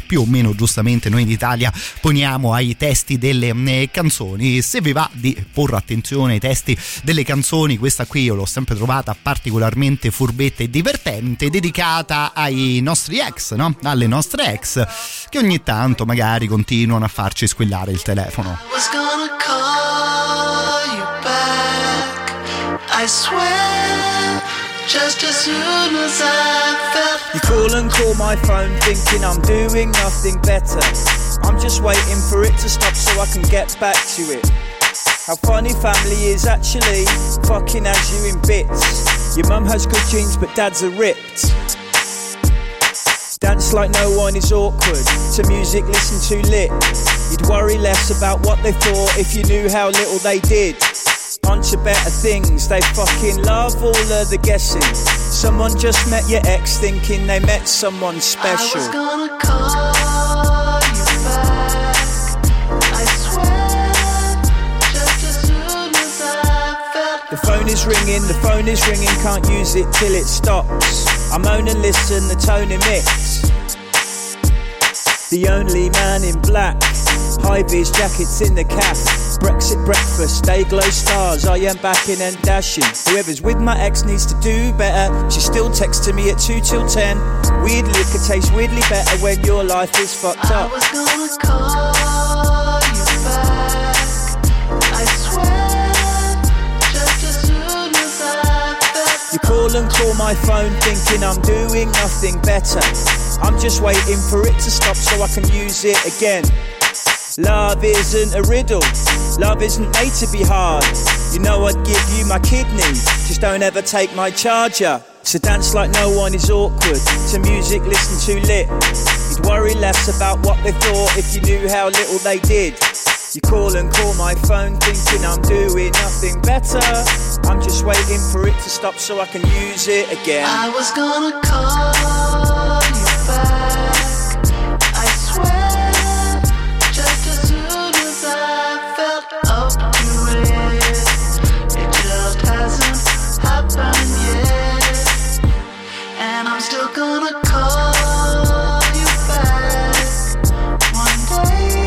più o meno giustamente noi in Italia poniamo ai testi delle eh, canzoni. Se vi va di porre attenzione ai testi delle canzoni, questa qui io l'ho sempre trovata particolarmente furbetta e divertente, dedicata ai nostri ex, no? Alle nostre ex che ogni tanto magari continuano a farci squillare il telefono. Was gonna call you back, I swear, just as soon as I felt. You call and call my phone thinking I'm doing nothing better. I'm just waiting for it to stop so I can get back to it. How funny family is actually, fucking has you in bits. Your mum has good genes but dad's are ripped. Dance like no one is awkward, to music listen too lit. You'd worry less about what they thought if you knew how little they did. On to better things, they fucking love all of the guessing. Someone just met your ex thinking they met someone special. I was gonna call you back, I swear, just as soon as I felt. The phone is ringing, the phone is ringing, can't use it till it stops. I moan and listen, the tone emits. The only man in black, high-vis jackets in the cap. Brexit breakfast, day glow stars, I am backing and dashing. Whoever's with my ex needs to do better. She still texting me at two till ten. Weirdly, it could taste weirdly better when your life is fucked up. I was gonna call you back, I swear, just as soon as I felt. You call and call my phone thinking I'm doing nothing better. I'm just waiting for it to stop so I can use it again. Love isn't a riddle, love isn't made to be hard. You know I'd give you my kidney, just don't ever take my charger. So dance like no one is awkward, to music listen too lit. You'd worry less about what they thought if you knew how little they did. You call and call my phone thinking I'm doing nothing better. I'm just waiting for it to stop so I can use it again. I was gonna call you back, I swear, just as soon as I felt up to it. It just hasn't happened yet, and I'm still gonna call you back one day,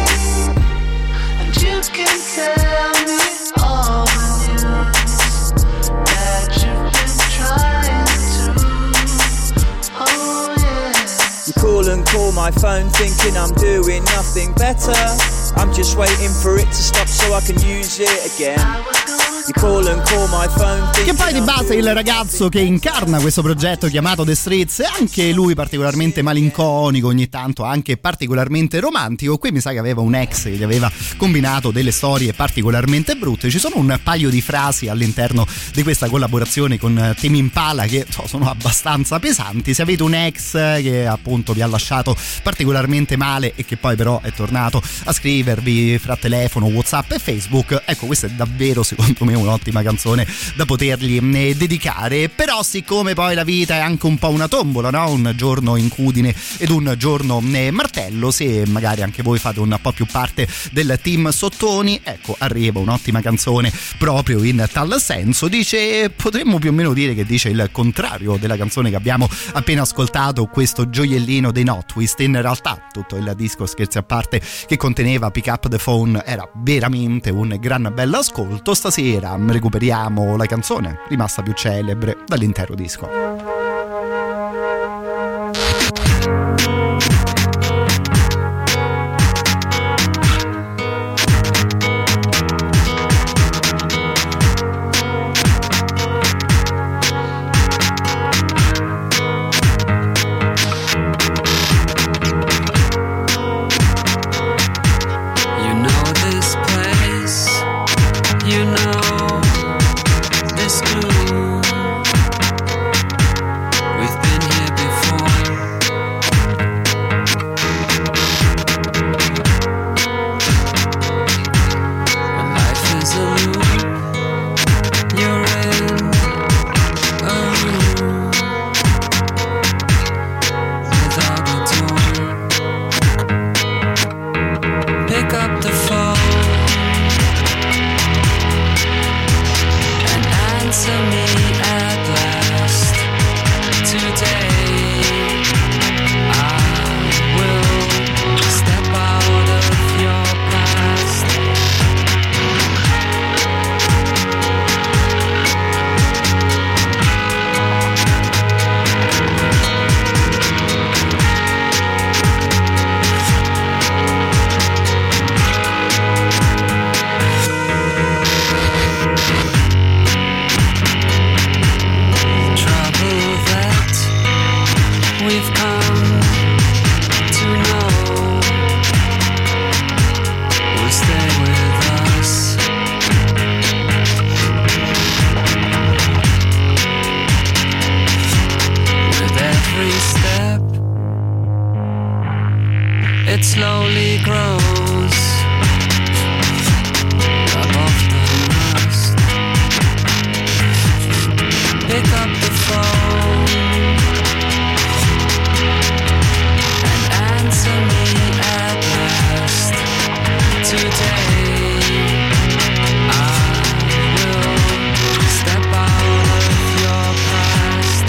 and you can tell me all the news that you've been trying to. Oh yeah. You call and call my phone thinking I'm doing nothing better. I'm just waiting for it to stop so I can use it again. You call and call my phone thinking. Che poi di base il ragazzo che incarna questo progetto chiamato The Streets è anche lui particolarmente malinconico, ogni tanto anche particolarmente romantico. Qui mi sa che aveva un ex che gli aveva combinato delle storie particolarmente brutte. Ci sono un paio di frasi all'interno di questa collaborazione con Tame Impala che so, sono abbastanza pesanti. Se avete un ex che appunto vi ha lasciato particolarmente male e che poi però è tornato a scrivervi fra telefono, WhatsApp e Facebook, ecco, questa è davvero secondo me un'ottima canzone da potergli eh, dedicare. Però siccome poi la vita è anche un po' una tombola, no? Un giorno incudine ed un giorno eh, martello, se magari anche voi fate un po' più parte del team Sottoni, ecco, arriva un'ottima canzone proprio in tal senso. Dice, potremmo più o meno dire che dice il contrario della canzone che abbiamo appena ascoltato, questo gioiellino dei Notwist. In realtà tutto il disco, scherzi a parte, che conteneva Pick Up the Phone era veramente un gran bell'ascolto. Stasera recuperiamo la canzone rimasta più celebre dall'intero disco. You know this groove. it slowly grows above the rust. Pick up the phone and answer me at last. Today I will step out of your past.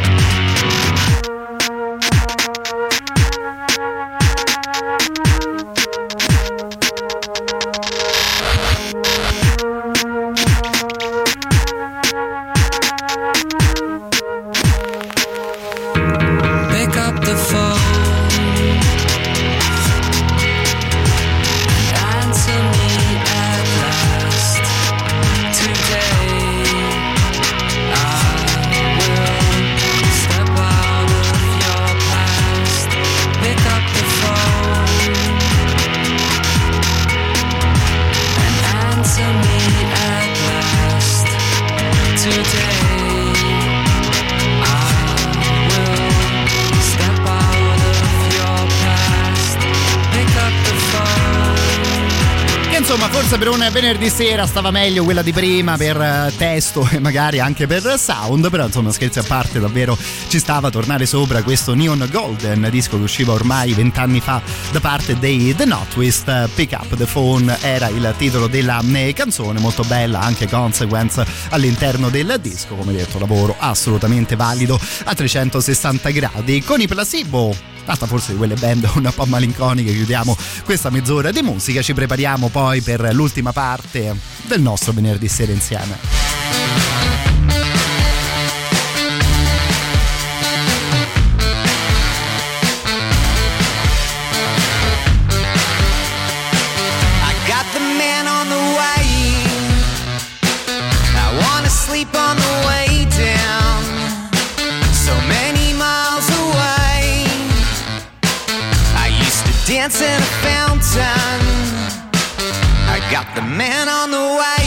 Pick up the phone and answer me at last. Today I will step out of your past. Pick up the phone and answer me at last. Today I will step out of your past. Pick up the phone. Che insomma forse per un venerdì sera stava meglio quella di prima per eh, testo e magari anche per sound, però insomma scherzi a parte, davvero ci stava a tornare sopra questo Neon Golden, disco che usciva ormai vent'anni fa da parte dei The Notwist. Pick Up the Phone era il titolo della eh, canzone, molto bella anche Consequence all'interno del disco, come detto lavoro assolutamente valido a trecentosessanta gradi. Con i Placebo, tratta forse di quelle band un po' malinconiche, chiudiamo questa mezz'ora di musica, ci prepariamo poi per l'ultima parte del nostro venerdì sera insieme. I got the man on the way. I wanna sleep on the way down. So many miles away. I used to dance in a fountain. I got the man on the way.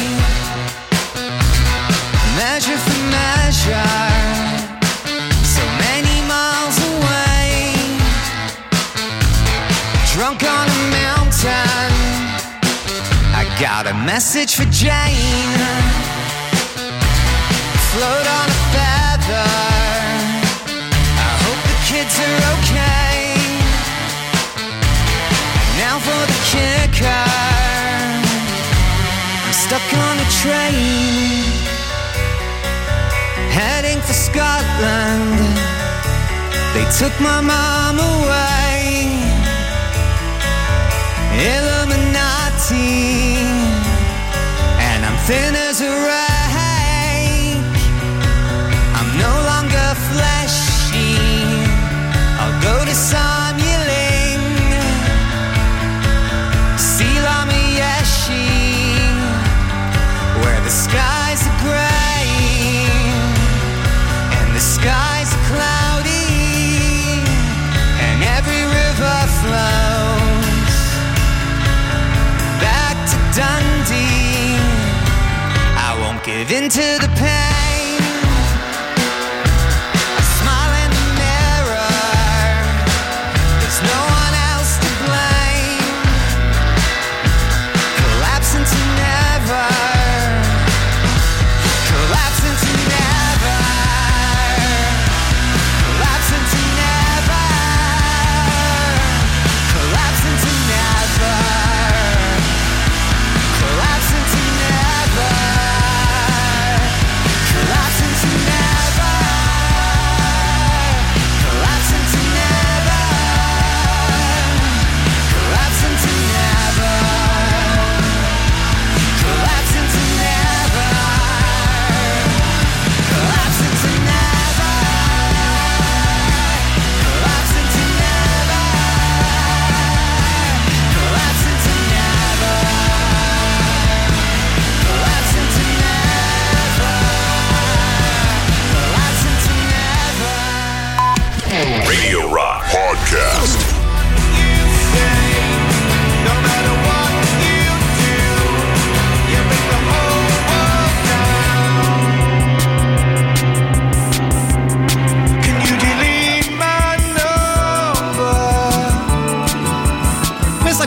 Measure for measure. So many miles away. Drunk on a mountain. I got a message for Jane. Float on a feather. I hope the kids are okay. Now for the kicker. I'm stuck on a train, heading for Scotland. They took my mom away. Illuminati, and I'm thin as a rake. I'm no longer fleshy. I'll go to Samueling, see Lamayeshi, where the skies are gray and the skies are cloudy, and every river flows back to Dundee. I won't give in to the pain. I smile in the mirror. There's no one else to blame. Collapse into never. Collapse into never. Collapse into never. Collapse into never. Collapse into never.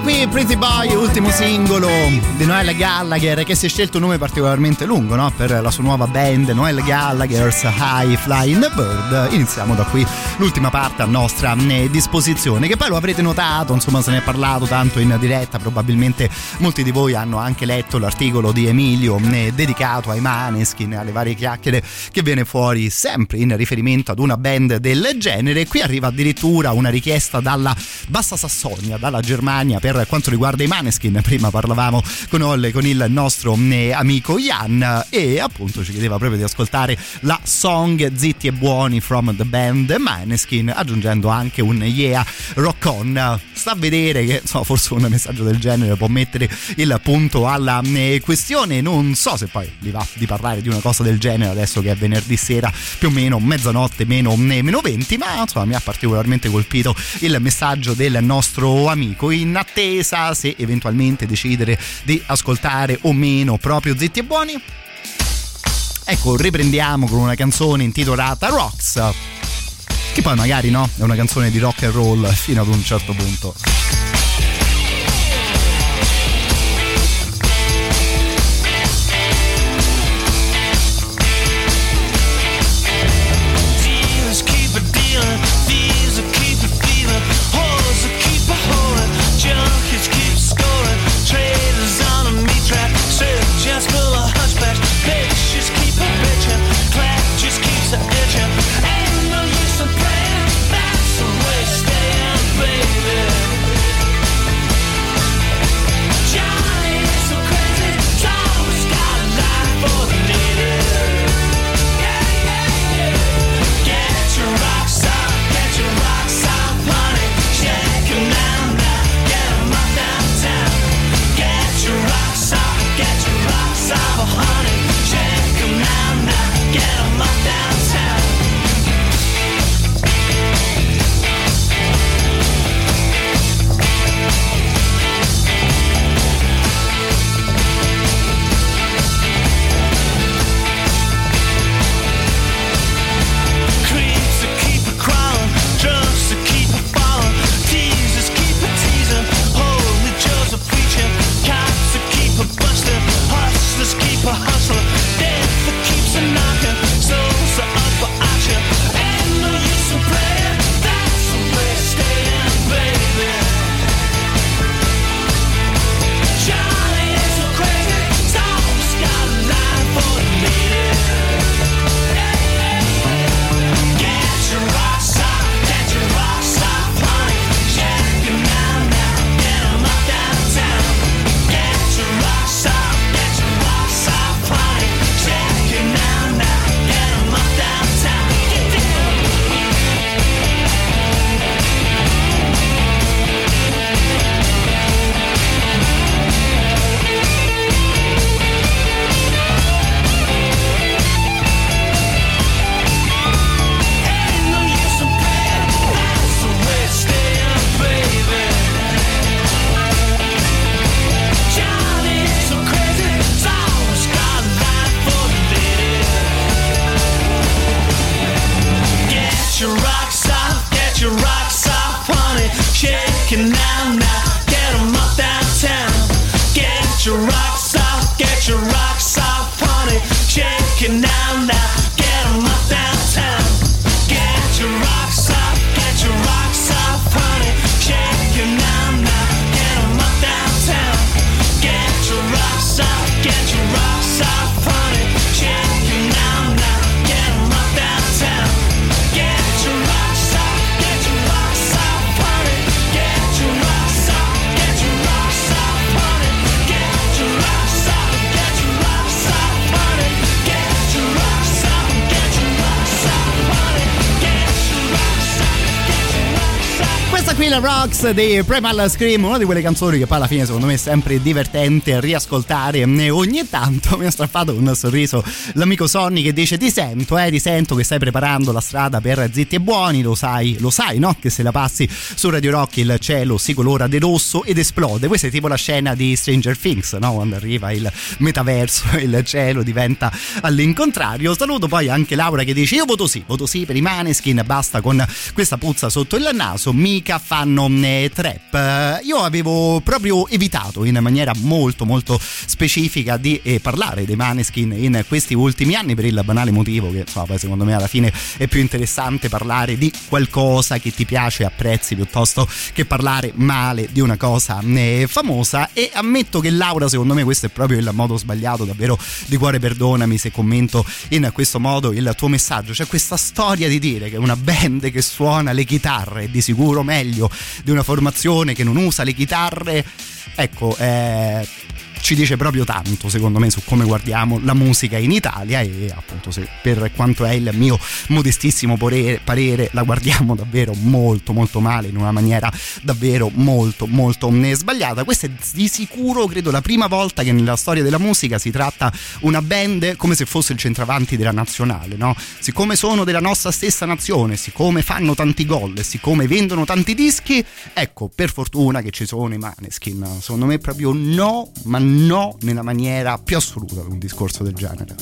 qui Pretty Boy, ultimo singolo di Noel Gallagher, che si è scelto un nome particolarmente lungo, no? Per la sua nuova band, Noel Gallagher's High Flying Bird. Iniziamo da qui l'ultima parte a nostra disposizione, che poi lo avrete notato, insomma se ne è parlato tanto in diretta, probabilmente molti di voi hanno anche letto l'articolo di Emilio dedicato ai Maneskin, alle varie chiacchiere che viene fuori sempre in riferimento ad una band del genere. Qui arriva addirittura una richiesta dalla Bassa Sassonia, dalla Germania, per quanto riguarda i Maneskin. Prima parlavamo con, Olle, con il nostro eh, amico Jan, e appunto ci chiedeva proprio di ascoltare la song Zitti e Buoni from the band Maneskin, aggiungendo anche un Yeah Rock On. Sta a vedere che so, forse un messaggio del genere può mettere il punto alla eh, questione. Non so se poi vi va di parlare di una cosa del genere adesso che è venerdì sera, più o meno mezzanotte meno, meno venti, ma insomma mi ha particolarmente colpito il messaggio del nostro amico, in attesa se eventualmente decidere di ascoltare o meno proprio Zitti e Buoni. Ecco, riprendiamo con una canzone intitolata Rocks, che poi magari no, è una canzone di rock and roll fino ad un certo punto. Rocks dei Primal Scream, una di quelle canzoni che poi alla fine secondo me è sempre divertente riascoltare ogni tanto. Mi ha strappato un sorriso l'amico Sonny che dice: ti sento, eh, ti sento che stai preparando la strada per Zitti e Buoni, lo sai, lo sai, no? Che se la passi su Radio Rock il cielo si colora di rosso ed esplode. Questa è tipo la scena di Stranger Things, no? Quando arriva il metaverso e il cielo diventa all'incontrario. Saluto poi anche Laura che dice: io voto sì, voto sì per i Maneskin, basta con questa puzza sotto il naso. Mica fanno eh, trap. Io avevo proprio evitato in maniera molto molto specifica di eh, parlare dei Maneskin in questi ultimi anni, per il banale motivo che insomma poi secondo me alla fine è più interessante parlare di qualcosa che ti piace e apprezzi piuttosto che parlare male di una cosa eh, famosa. E ammetto che Laura, secondo me questo è proprio il modo sbagliato, davvero di cuore perdonami se commento in questo modo il tuo messaggio. C'è questa storia di dire che una band che suona le chitarre è di sicuro meglio di una formazione che non usa le chitarre. Ecco, eh, ci dice proprio tanto secondo me su come guardiamo la musica in Italia, e appunto se per quanto è il mio modestissimo parere la guardiamo davvero molto molto male, in una maniera davvero molto molto sbagliata. Questa è di sicuro credo la prima volta che nella storia della musica si tratta una band come se fosse il centravanti della nazionale, no? Siccome sono della nostra stessa nazione, siccome fanno tanti gol, siccome vendono tanti dischi, ecco, per fortuna che ci sono i Maneskin. Secondo me proprio no, ma no, nella maniera più assoluta di un discorso del genere.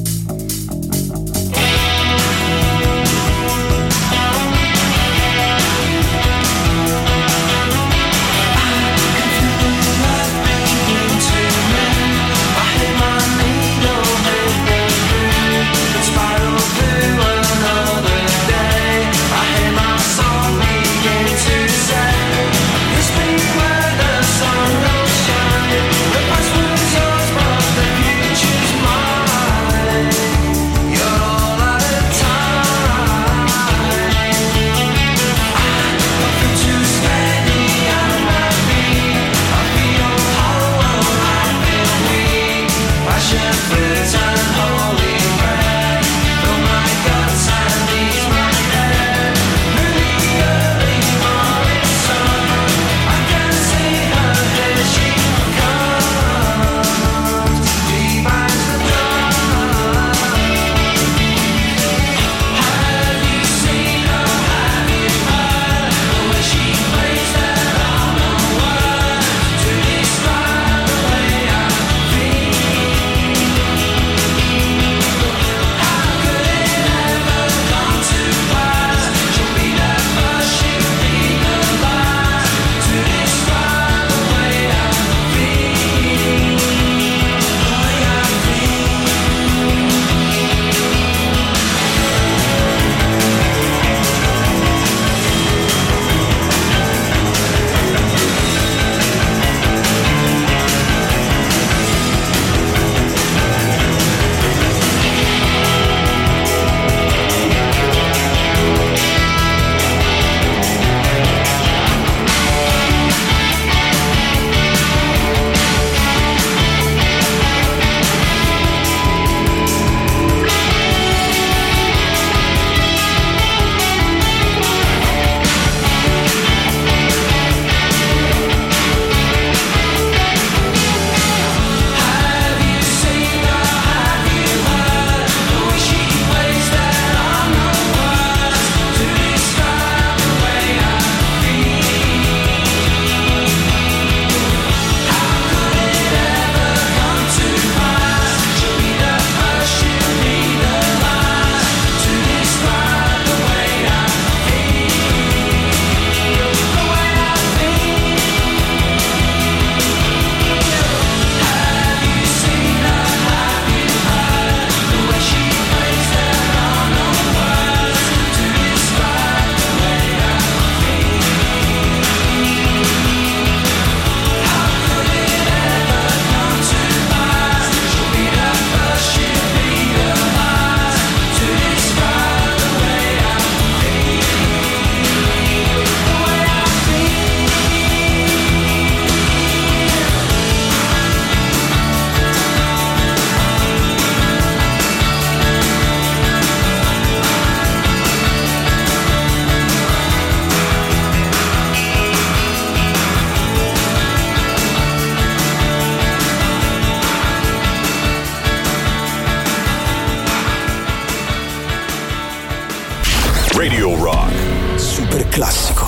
Radio Rock. Super classico.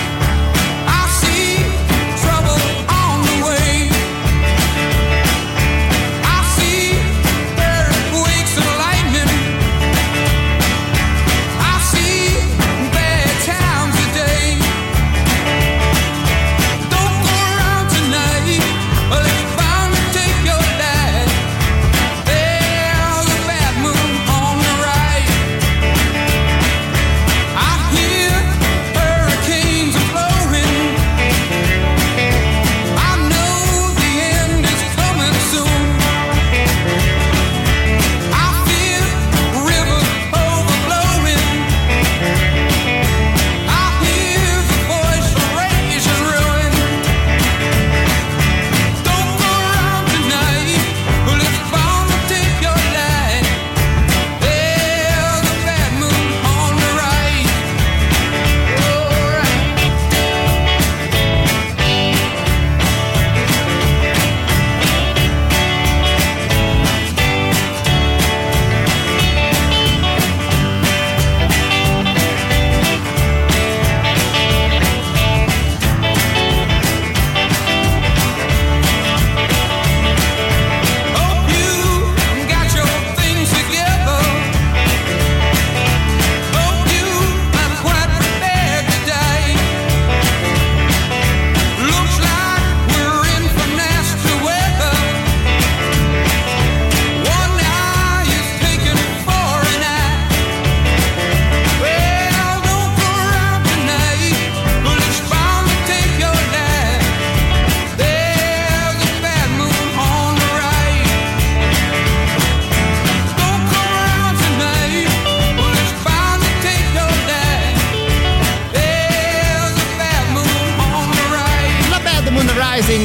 I see trouble on the way.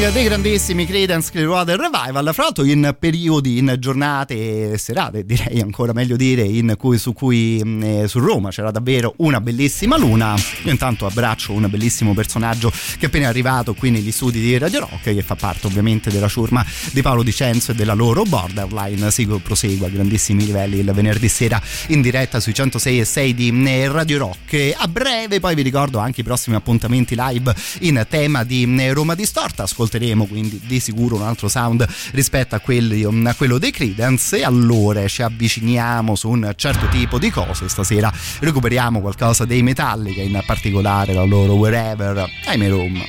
dei grandissimi Creedence Clearwater Revival, fra l'altro in periodi, in giornate, serate direi ancora meglio dire, in cui, su cui eh, su Roma c'era davvero una bellissima luna. Io intanto abbraccio un bellissimo personaggio che è appena arrivato qui negli studi di Radio Rock, che fa parte ovviamente della ciurma di Paolo Dicenzo e della loro Borderline. Si prosegue a grandissimi livelli il venerdì sera in diretta sui centosei e sei di Radio Rock. A breve poi vi ricordo anche i prossimi appuntamenti live in tema di Roma Distorta. Ascolteremo quindi di sicuro un altro sound rispetto a, quelli, a quello dei Creedence, e allora ci avviciniamo su un certo tipo di cose. Stasera recuperiamo qualcosa dei Metallica, in particolare la loro Wherever I'm at Home.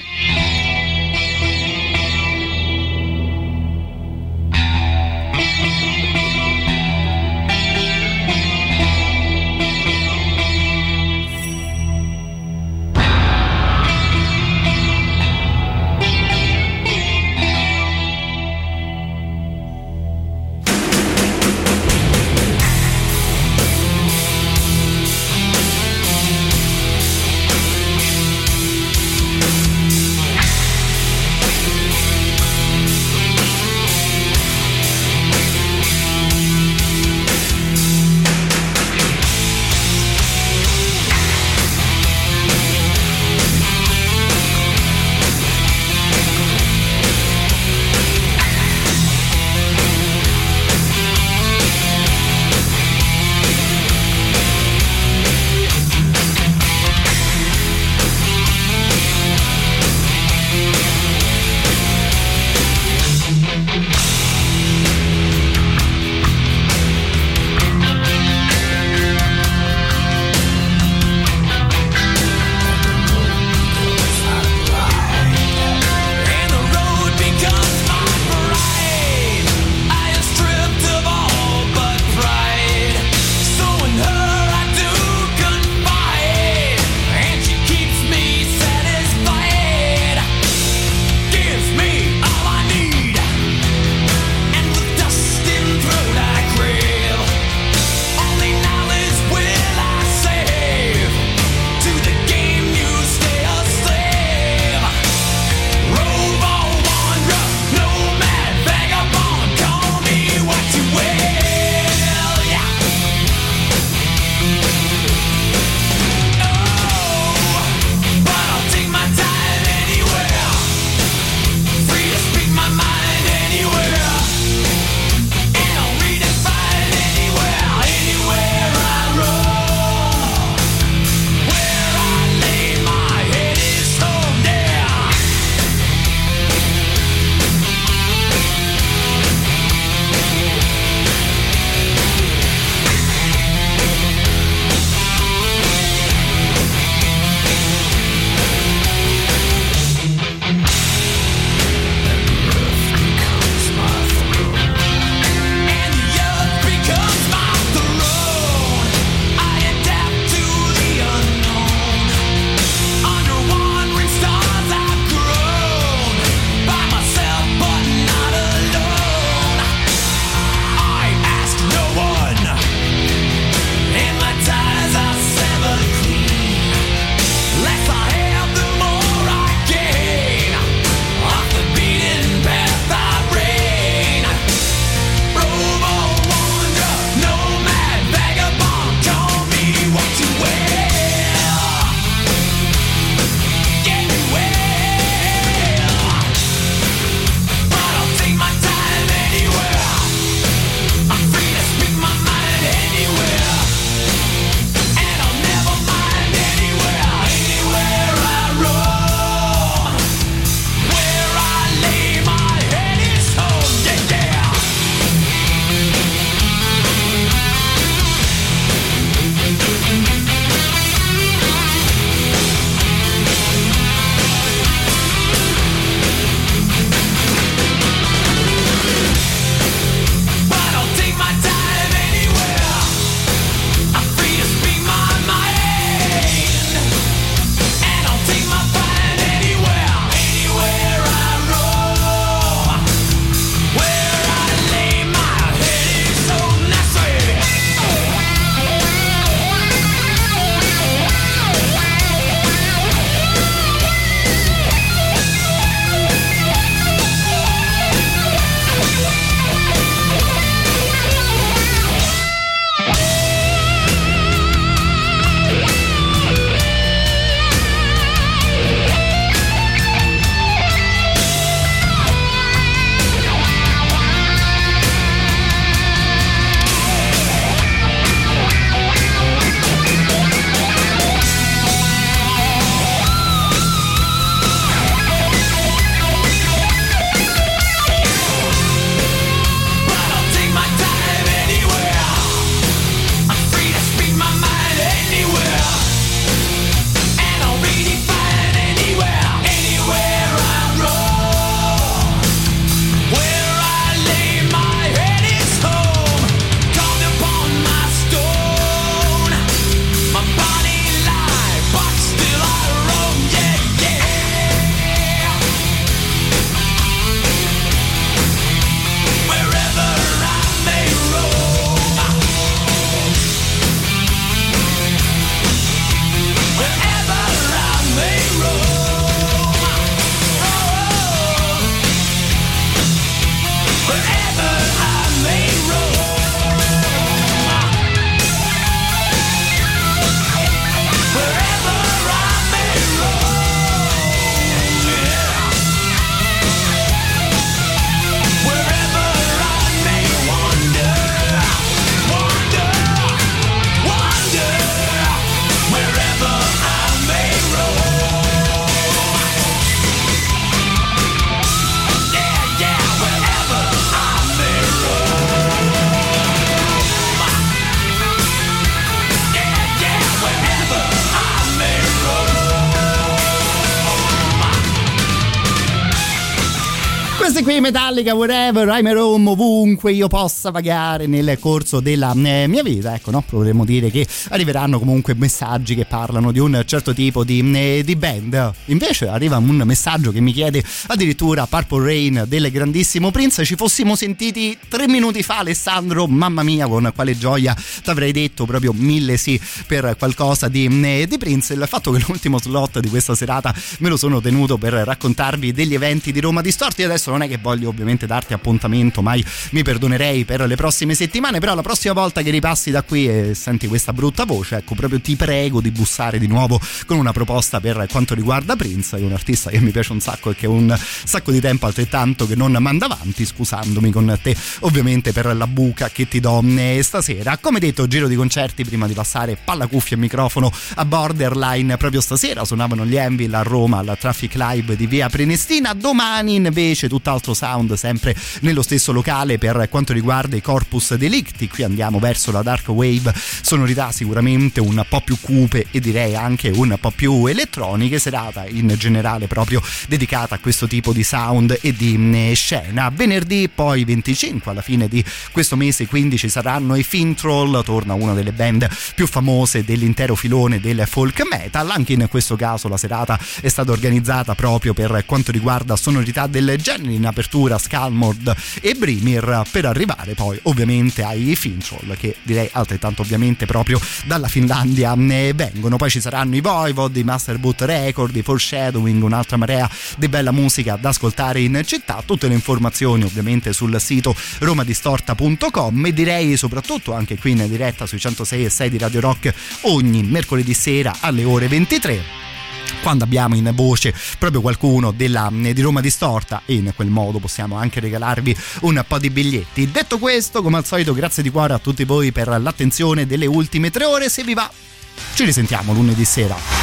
Questi qui Metallica, wherever I'm at home, ovunque io possa vagare nel corso della eh, mia vita, ecco, no? Potremmo dire che arriveranno comunque messaggi che parlano di un certo tipo di, eh, di band. Invece arriva un messaggio che mi chiede addirittura Purple Rain del grandissimo Prince. Ci fossimo sentiti tre minuti fa, Alessandro, mamma mia con quale gioia t'avrei detto proprio mille sì per qualcosa di, eh, di Prince. Il fatto che l'ultimo slot di questa serata me lo sono tenuto per raccontarvi degli eventi di Roma Distorti. Adesso non è che voglio ovviamente darti appuntamento, mai mi perdonerei per le prossime settimane, però la prossima volta che ripassi da qui e senti questa brutta voce, ecco, proprio ti prego di bussare di nuovo con una proposta per quanto riguarda Prince, che è un artista che mi piace un sacco e che è un sacco di tempo altrettanto che non manda avanti, scusandomi con te ovviamente per la buca che ti do stasera. Come detto, giro di concerti prima di passare palla, cuffia e microfono a Borderline. Proprio stasera suonavano gli Anvil a Roma alla Traffic Live di via Prenestina. Domani invece tutt'altro sound, sempre nello stesso locale per quanto riguarda i Corpus Delicti. Qui andiamo verso la dark wave, sonorità sicuramente un po' più cupe e direi anche un po' più elettroniche, serata in generale proprio dedicata a questo tipo di sound e di scena. Venerdì poi venticinque, alla fine di questo mese quindi, ci saranno i Fintroll, torna una delle band più famose dell'intero filone del folk metal. Anche in questo caso la serata è stata organizzata proprio per quanto riguarda sonorità del genere, in apertura Skalmord e Brimir, per arrivare poi ovviamente ai Fintroll, che direi altrettanto ovviamente proprio dalla Finlandia ne vengono. Poi ci saranno i Voivod, i Master Boot Record, i Foreshadowing, un'altra marea di bella musica da ascoltare in città. Tutte le informazioni ovviamente sul sito romadistorta punto com e direi soprattutto anche qui in diretta sui centosei e sei di Radio Rock ogni mercoledì sera alle ore ventitré, quando abbiamo in voce proprio qualcuno della, di Roma Distorta, e in quel modo possiamo anche regalarvi un po' di biglietti. Detto questo, come al solito, grazie di cuore a tutti voi per l'attenzione delle ultime tre ore. Se vi va, ci risentiamo lunedì sera.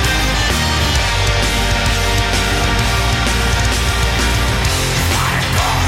Go!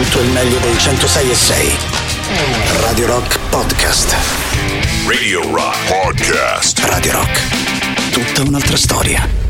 tutto il meglio dei centosei e sei. Radio Rock Podcast. Radio Rock Podcast. Radio Rock. Tutta un'altra storia.